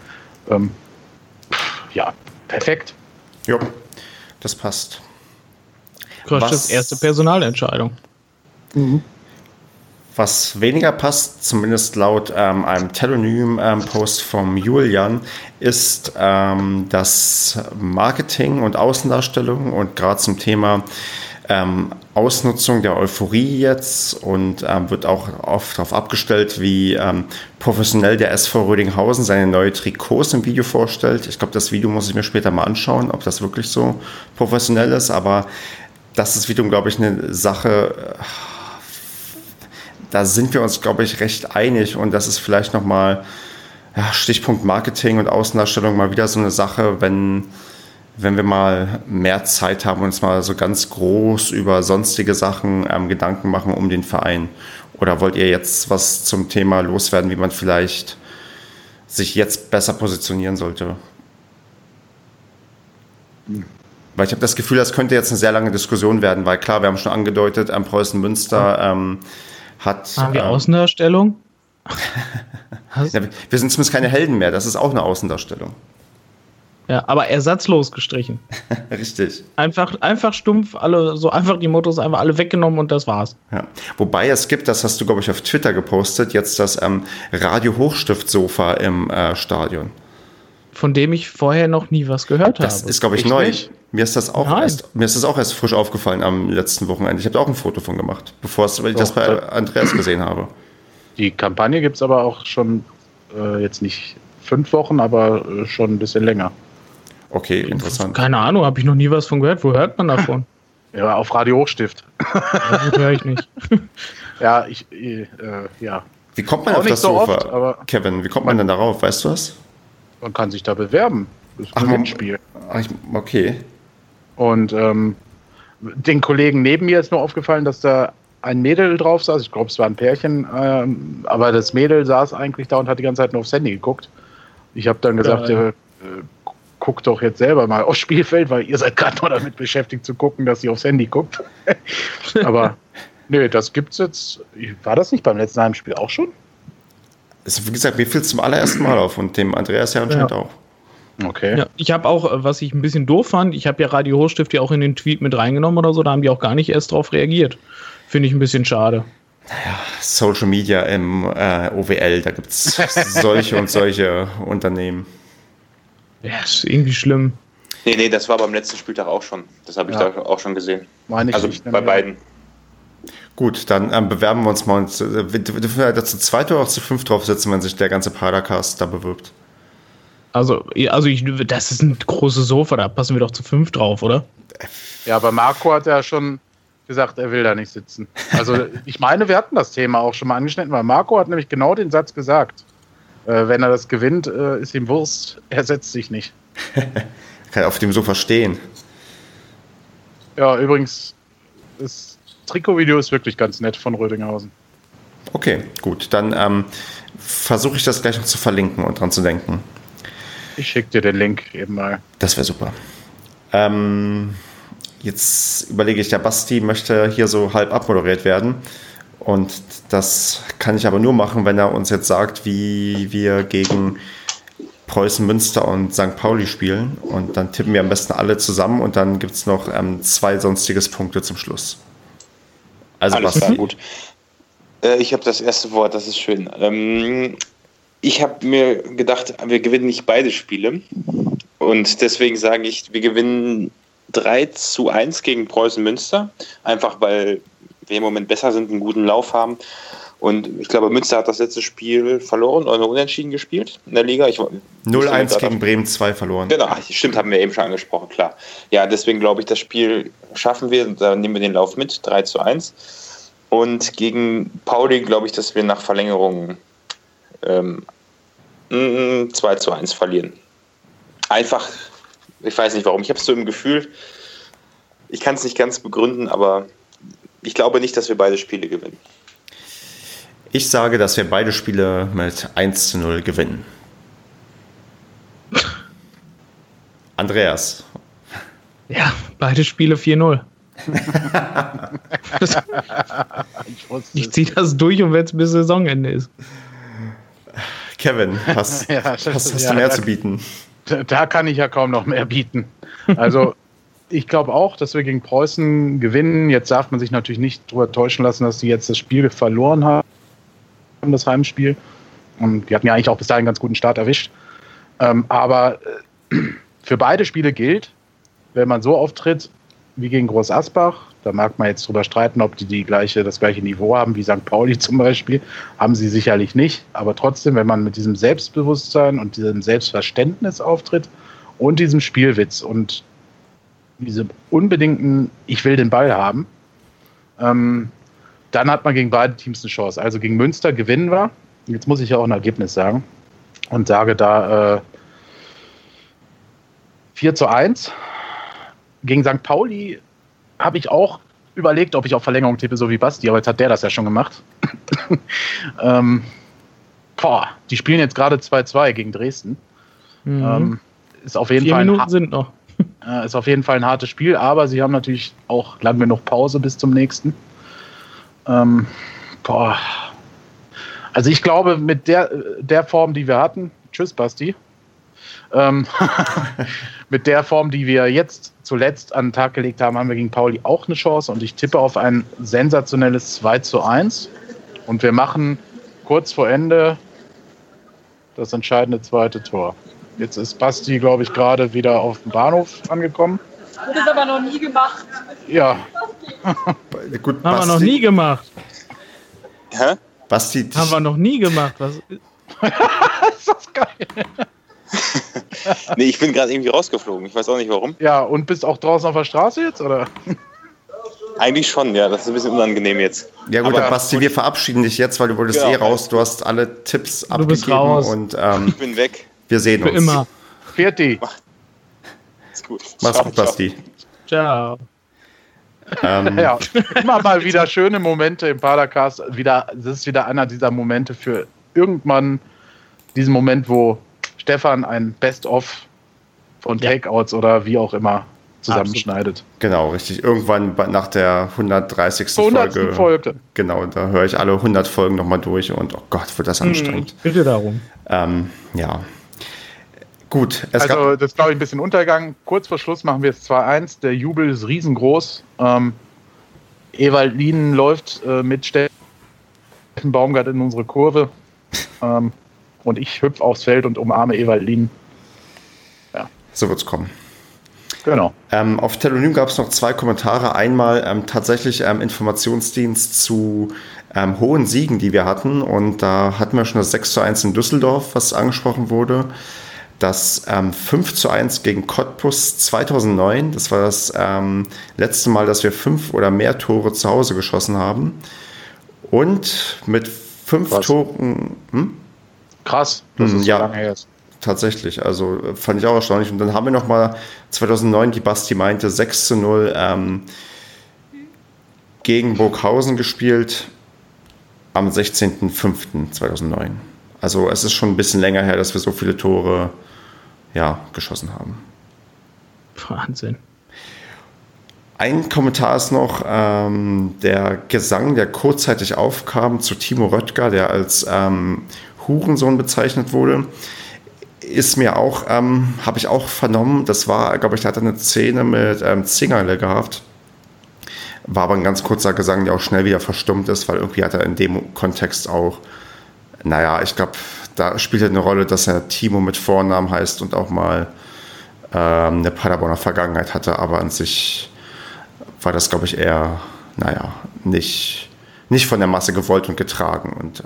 perfekt. Ja, das passt. Krösches erste Personalentscheidung. Mhm. Was weniger passt, zumindest laut einem Telonym-Post vom Julian, ist das Marketing und Außendarstellung und gerade zum Thema Ausnutzung der Euphorie jetzt und wird auch oft darauf abgestellt, wie professionell der SV Rödinghausen seine neue Trikots im Video vorstellt. Ich glaube, das Video muss ich mir später mal anschauen, ob das wirklich so professionell ist, aber das ist wiederum, glaube ich, eine Sache, da sind wir uns, glaube ich, recht einig und das ist vielleicht nochmal Stichpunkt Marketing und Außendarstellung mal wieder so eine Sache, wenn wir mal mehr Zeit haben und uns mal so ganz groß über sonstige Sachen Gedanken machen um den Verein. Oder wollt ihr jetzt was zum Thema loswerden, wie man vielleicht sich jetzt besser positionieren sollte? Weil ich habe das Gefühl, das könnte jetzt eine sehr lange Diskussion werden, weil klar, wir haben schon angedeutet, Preußen Münster hat... Haben wir Außendarstellung? Wir sind zumindest keine Helden mehr, das ist auch eine Außendarstellung. Ja, aber ersatzlos gestrichen. Richtig. Einfach stumpf, einfach die Mottos einfach alle weggenommen und das war's. Ja. Wobei es gibt, das hast du, glaube ich, auf Twitter gepostet, jetzt das Radio-Hochstift-Sofa im Stadion. Von dem ich vorher noch nie was gehört habe. Das ist, glaube ich, neu. Mir ist das auch erst frisch aufgefallen am letzten Wochenende. Ich habe da auch ein Foto von gemacht, bevor ich das bei Andreas gesehen habe. Die Kampagne gibt es aber auch schon jetzt nicht 5 Wochen, aber schon ein bisschen länger. Okay, interessant. Keine Ahnung, habe ich noch nie was von gehört. Wo hört man davon? Ja, auf Radio Hochstift. Das höre ich nicht. Ja, Wie kommt man auch auf das so Sofa, oft, aber Kevin? Wie kommt man denn darauf? Weißt du was? man kann sich da bewerben. Das ist ein Gewinnspiel. Okay. Und den Kollegen neben mir ist nur aufgefallen, dass da ein Mädel drauf saß. Ich glaube, es war ein Pärchen. Aber das Mädel saß eigentlich da und hat die ganze Zeit nur aufs Handy geguckt. Ich habe dann gesagt, guckt doch jetzt selber mal aufs Spielfeld, weil ihr seid gerade nur damit beschäftigt zu gucken, dass sie aufs Handy guckt. Aber nö, das gibt's jetzt. War das nicht beim letzten Heimspiel auch schon? Also, wie gesagt, mir fiel es zum allerersten Mal auf und dem Andreas ja anscheinend auch. Okay. Ja, ich habe auch, was ich ein bisschen doof fand, ich habe ja Radio Hochstift ja auch in den Tweet mit reingenommen oder so, da haben die auch gar nicht erst drauf reagiert. Finde ich ein bisschen schade. Naja, Social Media im OWL, da gibt es solche und solche Unternehmen. Ja, ist irgendwie schlimm. Nee, das war beim letzten Spieltag auch schon. Das habe ich da auch schon gesehen. Meine ich also nicht, bei beiden. Gut, dann bewerben wir uns mal. Wir dürfen ja zu zweit oder auch zu 5 draufsetzen, wenn sich der ganze Padercast da bewirbt. Also das ist ein großes Sofa, da passen wir doch zu 5 drauf, oder? Ja, aber Marco hat ja schon gesagt, er will da nicht sitzen. Also ich meine, wir hatten das Thema auch schon mal angeschnitten, weil Marco hat nämlich genau den Satz gesagt. Wenn er das gewinnt, ist ihm Wurst, er setzt sich nicht. Kann auf dem Sofa stehen. Ja, übrigens, das Trikotvideo ist wirklich ganz nett von Rödinghausen. Okay, gut. Dann versuche ich das gleich noch zu verlinken und dran zu denken. Ich schicke dir den Link eben mal. Das wäre super. Jetzt überlege ich, der Basti möchte hier so halb abmoderiert werden. Und das kann ich aber nur machen, wenn er uns jetzt sagt, wie wir gegen Preußen Münster und St. Pauli spielen. Und dann tippen wir am besten alle zusammen und dann gibt es noch 2 sonstiges Punkte zum Schluss. Also alles klar, gut. Ich habe das erste Wort, das ist schön. Ich habe mir gedacht, wir gewinnen nicht beide Spiele. Und deswegen sage ich, wir gewinnen 3-1 gegen Preußen Münster. Einfach weil wir im Moment besser sind, einen guten Lauf haben. Und ich glaube, Münster hat das letzte Spiel verloren oder unentschieden gespielt in der Liga. 0-1 gegen Bremen 2 verloren. Genau, stimmt, haben wir eben schon angesprochen, klar. Ja, deswegen glaube ich, das Spiel schaffen wir und da nehmen wir den Lauf mit, 3-1. Und gegen Pauli glaube ich, dass wir nach Verlängerung 2-1 verlieren. Einfach, ich weiß nicht warum, ich habe es so im Gefühl, ich kann es nicht ganz begründen, aber ich glaube nicht, dass wir beide Spiele gewinnen. Ich sage, dass wir beide Spiele mit 1:0 gewinnen. Andreas. Ja, beide Spiele 4:0. Ich ziehe das durch, und wenn es bis Saisonende ist. Kevin, was hast du mehr zu bieten? Da kann ich ja kaum noch mehr bieten. Also ich glaube auch, dass wir gegen Preußen gewinnen. Jetzt darf man sich natürlich nicht darüber täuschen lassen, dass die jetzt das Spiel verloren haben, das Heimspiel. Und die hatten ja eigentlich auch bis dahin einen ganz guten Start erwischt. Aber für beide Spiele gilt, wenn man so auftritt wie gegen Groß Asbach, da mag man jetzt drüber streiten, ob die das gleiche Niveau haben wie St. Pauli zum Beispiel. Haben sie sicherlich nicht. Aber trotzdem, wenn man mit diesem Selbstbewusstsein und diesem Selbstverständnis auftritt und diesem Spielwitz und diesem unbedingten Ich will den Ball haben, dann hat man gegen beide Teams eine Chance. Also gegen Münster gewinnen wir. Jetzt muss ich ja auch ein Ergebnis sagen. Und sage da 4:1. Gegen St. Pauli habe ich auch überlegt, ob ich auf Verlängerung tippe, so wie Basti, aber jetzt hat der das ja schon gemacht. Die spielen jetzt gerade 2:2 gegen Dresden. Ist auf jeden 4 Fall Minuten sind noch. Ist auf jeden Fall ein hartes Spiel, aber sie haben natürlich auch lang genug Pause bis zum nächsten. Also ich glaube, mit der Form, die wir hatten, tschüss Basti, mit der Form, die wir jetzt zuletzt an den Tag gelegt haben, haben wir gegen Pauli auch eine Chance, und ich tippe auf ein sensationelles 2:1, und wir machen kurz vor Ende das entscheidende zweite Tor. Jetzt ist Basti, glaube ich, gerade wieder auf dem Bahnhof angekommen. Das aber noch nie gemacht. Ja. Gut, Haben wir noch nie gemacht. Hä? Basti, Haben wir noch nie gemacht. Was? Ist das geil. Nee, ich bin gerade irgendwie rausgeflogen. Ich weiß auch nicht warum. Ja, und bist auch draußen auf der Straße jetzt, oder? Eigentlich schon, ja. Das ist ein bisschen unangenehm jetzt. Ja gut, Aber Basti, wir verabschieden dich jetzt, weil du wolltest raus. Du hast alle Tipps abgegeben. Bist raus. Und ich bin weg. wir sehen Für uns. immer. Fertig. Ist gut. Mach's Ciao, gut, ciao. Basti. Ciao. Ja, immer mal wieder schöne Momente im Padercast. Das ist wieder einer dieser Momente für irgendwann diesen Moment, wo Stefan ein Best-of von Takeouts oder wie auch immer zusammenschneidet. Genau, richtig. Irgendwann nach der 130. 100. Folge. Genau, da höre ich alle 100 Folgen nochmal durch und oh Gott, wird das anstrengend. Bitte darum. Ja. Gut. Das ist, glaube ich, ein bisschen Untergang. Kurz vor Schluss machen wir es 2:1. Der Jubel ist riesengroß. Ewald Lienen läuft mit Steffen Baumgart in unsere Kurve. Und ich hüpfe aufs Feld und umarme Ewald Lienen. Ja. So wird's kommen. Genau. Auf Telonym gab es noch 2 Kommentare. Einmal tatsächlich Informationsdienst zu hohen Siegen, die wir hatten. Und da hatten wir schon das 6:1 in Düsseldorf, was angesprochen wurde. Das 5:1 gegen Cottbus 2009. Das war das letzte Mal, dass wir 5 oder mehr Tore zu Hause geschossen haben. Und mit 5 Toren... Krass, dass es so lange her ist. Tatsächlich, also fand ich auch erstaunlich. Und dann haben wir nochmal 2009, die Basti meinte, 6:0 gegen Burghausen gespielt am 16.05.2009. Also es ist schon ein bisschen länger her, dass wir so viele Tore geschossen haben. Wahnsinn. Ein Kommentar ist noch der Gesang, der kurzzeitig aufkam zu Timo Röttger, der als Hurensohn bezeichnet wurde. Ist mir auch, habe ich auch vernommen, das war, glaube ich, da hat er eine Szene mit Zingerle gehabt. War aber ein ganz kurzer Gesang, der auch schnell wieder verstummt ist, weil irgendwie hat er in dem Kontext auch, ich glaube, da spielt eine Rolle, dass er Timo mit Vornamen heißt und auch mal eine Paderborner Vergangenheit hatte, aber an sich war das, glaube ich, eher, nicht von der Masse gewollt und getragen und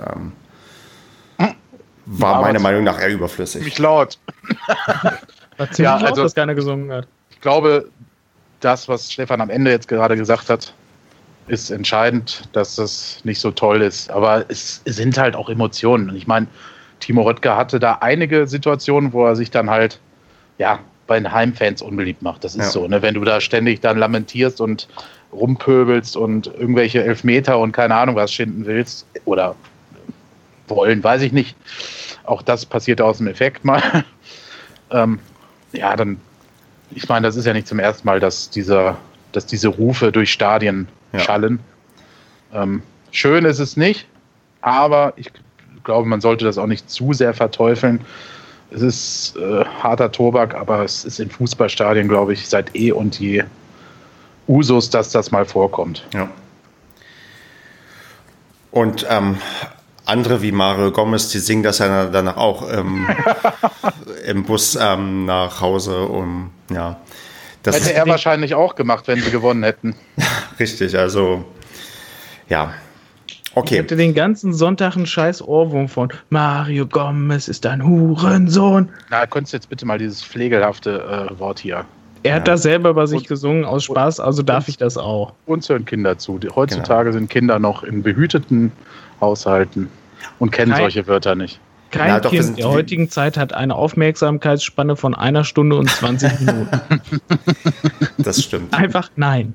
war meiner Meinung nach eher überflüssig. Ziemlich laut. War ziemlich laut, dass keiner gesungen hat. Ich glaube, das, was Stefan am Ende jetzt gerade gesagt hat, ist entscheidend, dass das nicht so toll ist. Aber es sind halt auch Emotionen. Und ich meine, Timo Röttger hatte da einige Situationen, wo er sich dann halt, bei den Heimfans unbeliebt macht. Das ist so, ne? Wenn du da ständig dann lamentierst und rumpöbelst und irgendwelche Elfmeter und keine Ahnung was schinden willst oder wollen, weiß ich nicht. Auch das passiert aus dem Effekt mal. Ja, dann, ich meine, das ist ja nicht zum ersten Mal, dass diese Rufe durch Stadien schallen. Schön ist es nicht, aber ich glaube, man sollte das auch nicht zu sehr verteufeln. Es ist harter Tobak, aber es ist in Fußballstadien, glaube ich, seit eh und je Usus, dass das mal vorkommt. Ja. Und andere wie Mario Gomez, die singen das ja danach auch im Bus nach Hause. Das hätte er wahrscheinlich auch gemacht, wenn sie gewonnen hätten. Richtig, also ja. Okay. Ich hatte den ganzen Sonntag einen scheiß Ohrwurm von Mario Gomez ist ein Hurensohn. Na, könntest du jetzt bitte mal dieses pflegelhafte Wort hier. Er hat das selber bei sich gesungen, aus Spaß, also darf ich das auch. Uns hören Kinder zu. Heutzutage sind Kinder noch in behüteten Haushalten und kennen solche Wörter nicht. Kein Kind der heutigen Zeit hat eine Aufmerksamkeitsspanne von 1 Stunde und 20 Minuten. Das stimmt. Einfach nein.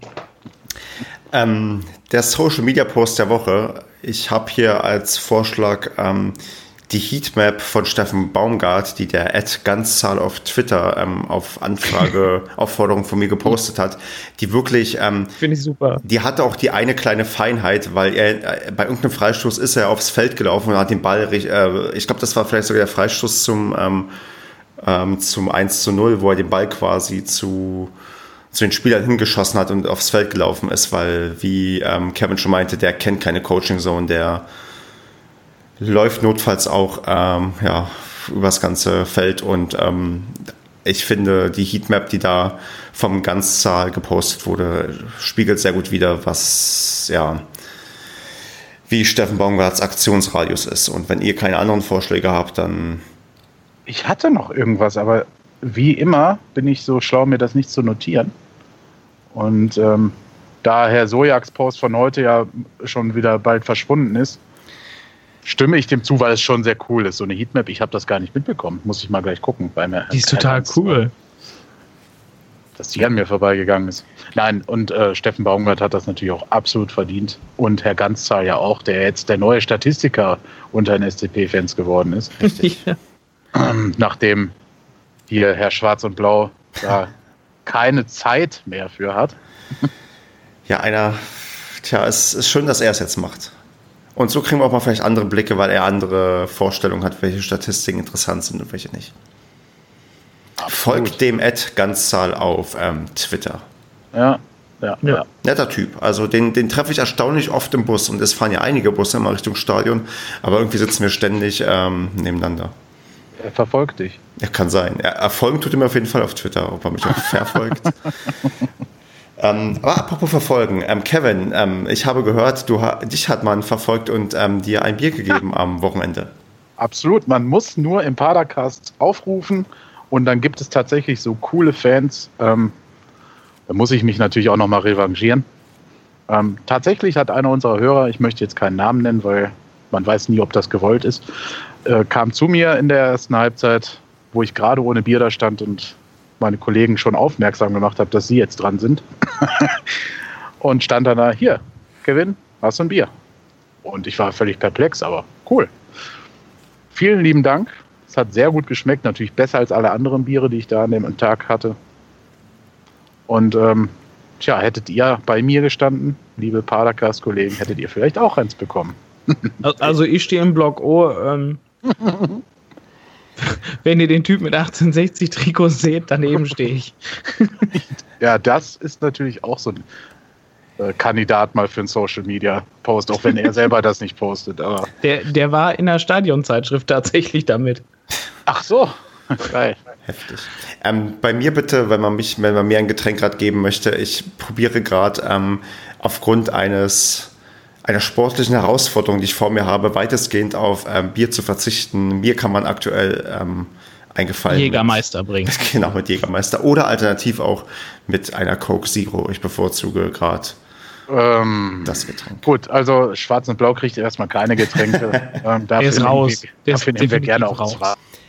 Der Social Media Post der Woche. Ich habe hier als Vorschlag die Heatmap von Steffen Baumgart, die der @Ganzzahl auf Twitter auf Anfrage, Aufforderung von mir gepostet hat, die wirklich, finde ich super. Die hatte auch die eine kleine Feinheit, weil er bei irgendeinem Freistoß ist er aufs Feld gelaufen und hat den Ball, ich glaube, das war vielleicht sogar der Freistoß zum 1:0, wo er den Ball quasi zu den Spielern hingeschossen hat und aufs Feld gelaufen ist, weil, wie Kevin schon meinte, der kennt keine Coaching Zone, der läuft notfalls auch übers ganze Feld und ich finde, die Heatmap, die da vom Ganzzahl gepostet wurde, spiegelt sehr gut wider, wie Steffen Baumgarts Aktionsradius ist. Und wenn ihr keine anderen Vorschläge habt, dann... Ich hatte noch irgendwas, aber wie immer bin ich so schlau, mir das nicht zu notieren. Und da Herr Sojaks Post von heute ja schon wieder bald verschwunden ist, stimme ich dem zu, weil es schon sehr cool ist. So eine Heatmap, ich habe das gar nicht mitbekommen. Muss ich mal gleich gucken. Bei mir. Die ist total cool. Dass die an mir vorbeigegangen ist. Nein, und Steffen Baumgart hat das natürlich auch absolut verdient. Und Herr Ganzzahl ja auch, der jetzt der neue Statistiker unter den SCP-Fans geworden ist. Richtig. Ja. Nachdem hier Herr Schwarz und Blau da keine Zeit mehr für hat. Ja, es ist schön, dass er es jetzt macht. Und so kriegen wir auch mal vielleicht andere Blicke, weil er andere Vorstellungen hat, welche Statistiken interessant sind und welche nicht. Absolut. Folgt dem @Ganzzahl auf Twitter. Ja. Netter Typ. Also den treffe ich erstaunlich oft im Bus und es fahren ja einige Busse immer Richtung Stadion, aber irgendwie sitzen wir ständig nebeneinander. Er verfolgt dich. Ja, kann sein. Erfolgen tut ihm auf jeden Fall auf Twitter, ob er mich auch verfolgt. Aber apropos verfolgen, Kevin, ich habe gehört, dich hat man verfolgt und dir ein Bier gegeben am Wochenende. Absolut, man muss nur im Padercast aufrufen und dann gibt es tatsächlich so coole Fans. Da muss ich mich natürlich auch nochmal revanchieren. Tatsächlich hat einer unserer Hörer, ich möchte jetzt keinen Namen nennen, weil man weiß nie, ob das gewollt ist, kam zu mir in der ersten Halbzeit, wo ich gerade ohne Bier da stand und meine Kollegen schon aufmerksam gemacht habe, dass sie jetzt dran sind. Und stand dann da, hier, Kevin, hast du ein Bier? Und ich war völlig perplex, aber cool. Vielen lieben Dank. Es hat sehr gut geschmeckt, natürlich besser als alle anderen Biere, die ich da an dem Tag hatte. Und hättet ihr bei mir gestanden, liebe Padercast-Kollegen, hättet ihr vielleicht auch eins bekommen. Also ich stehe im Block O. Wenn ihr den Typ mit 1860 Trikot seht, daneben stehe ich. Ja, das ist natürlich auch so ein Kandidat mal für einen Social-Media-Post, auch wenn er selber das nicht postet. Aber der war in der Stadionzeitschrift tatsächlich damit. Ach so, geil. Heftig. Bei mir bitte, wenn man mir ein Getränk gerade geben möchte, ich probiere gerade aufgrund einer sportlichen Herausforderung, die ich vor mir habe, weitestgehend auf Bier zu verzichten. Mir kann man aktuell eingefallen Jägermeister bringen. Genau, mit Jägermeister. Oder alternativ auch mit einer Coke Zero. Ich bevorzuge gerade das Getränk. Gut, also Schwarz und Blau kriegt erstmal keine Getränke. Der ist raus. Dafür nehmen wir gerne auch zwei.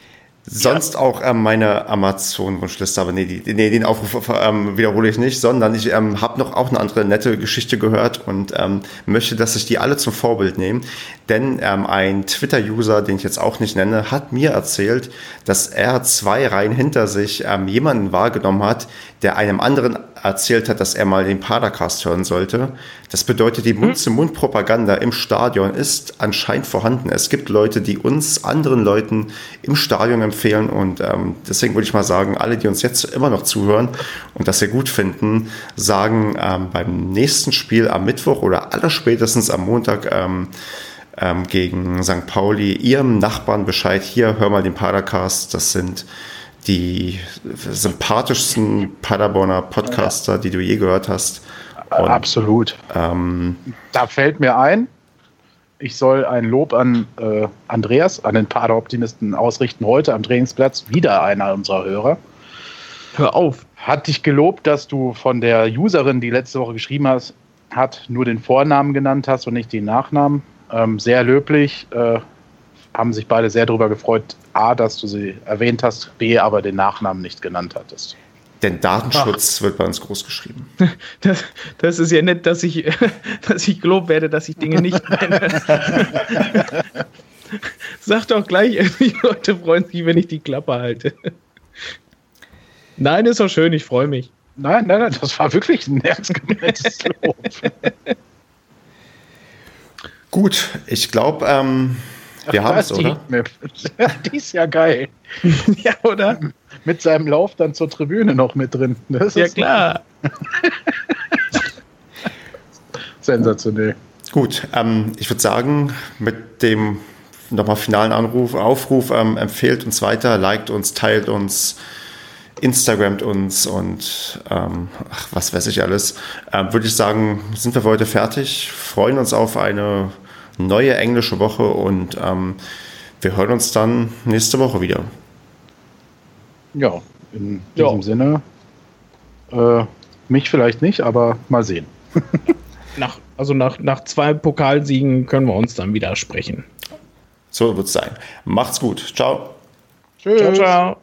Sonst auch meine Amazon-Wunschliste, aber den Aufruf wiederhole ich nicht, sondern ich habe noch auch eine andere nette Geschichte gehört und möchte, dass sich die alle zum Vorbild nehmen. Denn ein Twitter-User, den ich jetzt auch nicht nenne, hat mir erzählt, dass er 2 Reihen hinter sich jemanden wahrgenommen hat, der einem anderen erzählt hat, dass er mal den Padercast hören sollte. Das bedeutet, die Mund-zu-Mund-Propaganda im Stadion ist anscheinend vorhanden. Es gibt Leute, die uns anderen Leuten im Stadion empfehlen und deswegen würde ich mal sagen, alle, die uns jetzt immer noch zuhören und das sehr gut finden, sagen beim nächsten Spiel am Mittwoch oder allerspätestens am Montag gegen St. Pauli ihrem Nachbarn Bescheid, hier, hör mal den Padercast, das sind die sympathischsten Paderborner Podcaster, die du je gehört hast. Und, absolut. Da fällt mir ein, ich soll ein Lob an Andreas, an den Pader-Optimisten ausrichten, heute am Trainingsplatz, wieder einer unserer Hörer. Hör auf. Hat dich gelobt, dass du von der Userin, die letzte Woche geschrieben hat, nur den Vornamen genannt hast und nicht den Nachnamen. Sehr löblich, haben sich beide sehr darüber gefreut, A, dass du sie erwähnt hast, B, aber den Nachnamen nicht genannt hattest. Denn Datenschutz wird bei uns groß geschrieben. Das ist ja nett, dass ich gelobt werde, dass ich Dinge nicht nenne. Sag doch gleich, die Leute freuen sich, wenn ich die Klappe halte. Nein, ist doch schön, ich freue mich. Nein, das war wirklich ein ernst gemeintes Lob. Gut, ich glaube, wir haben es, oder? Die ist ja geil. Ja, oder? Mit seinem Lauf dann zur Tribüne noch mit drin. Das Ja, ist klar. sensationell. Gut, ich würde sagen, mit dem nochmal finalen Aufruf, empfehlt uns weiter, liked uns, teilt uns, Instagramt uns und was weiß ich alles. Würde ich sagen, sind wir für heute fertig, freuen uns auf eine neue englische Woche und wir hören uns dann nächste Woche wieder. Ja, in diesem Sinne, mich vielleicht nicht, aber mal sehen. Nach 2 Pokalsiegen können wir uns dann wieder sprechen. So wird es sein. Macht's gut. Ciao. Tschüss. Ciao, ciao.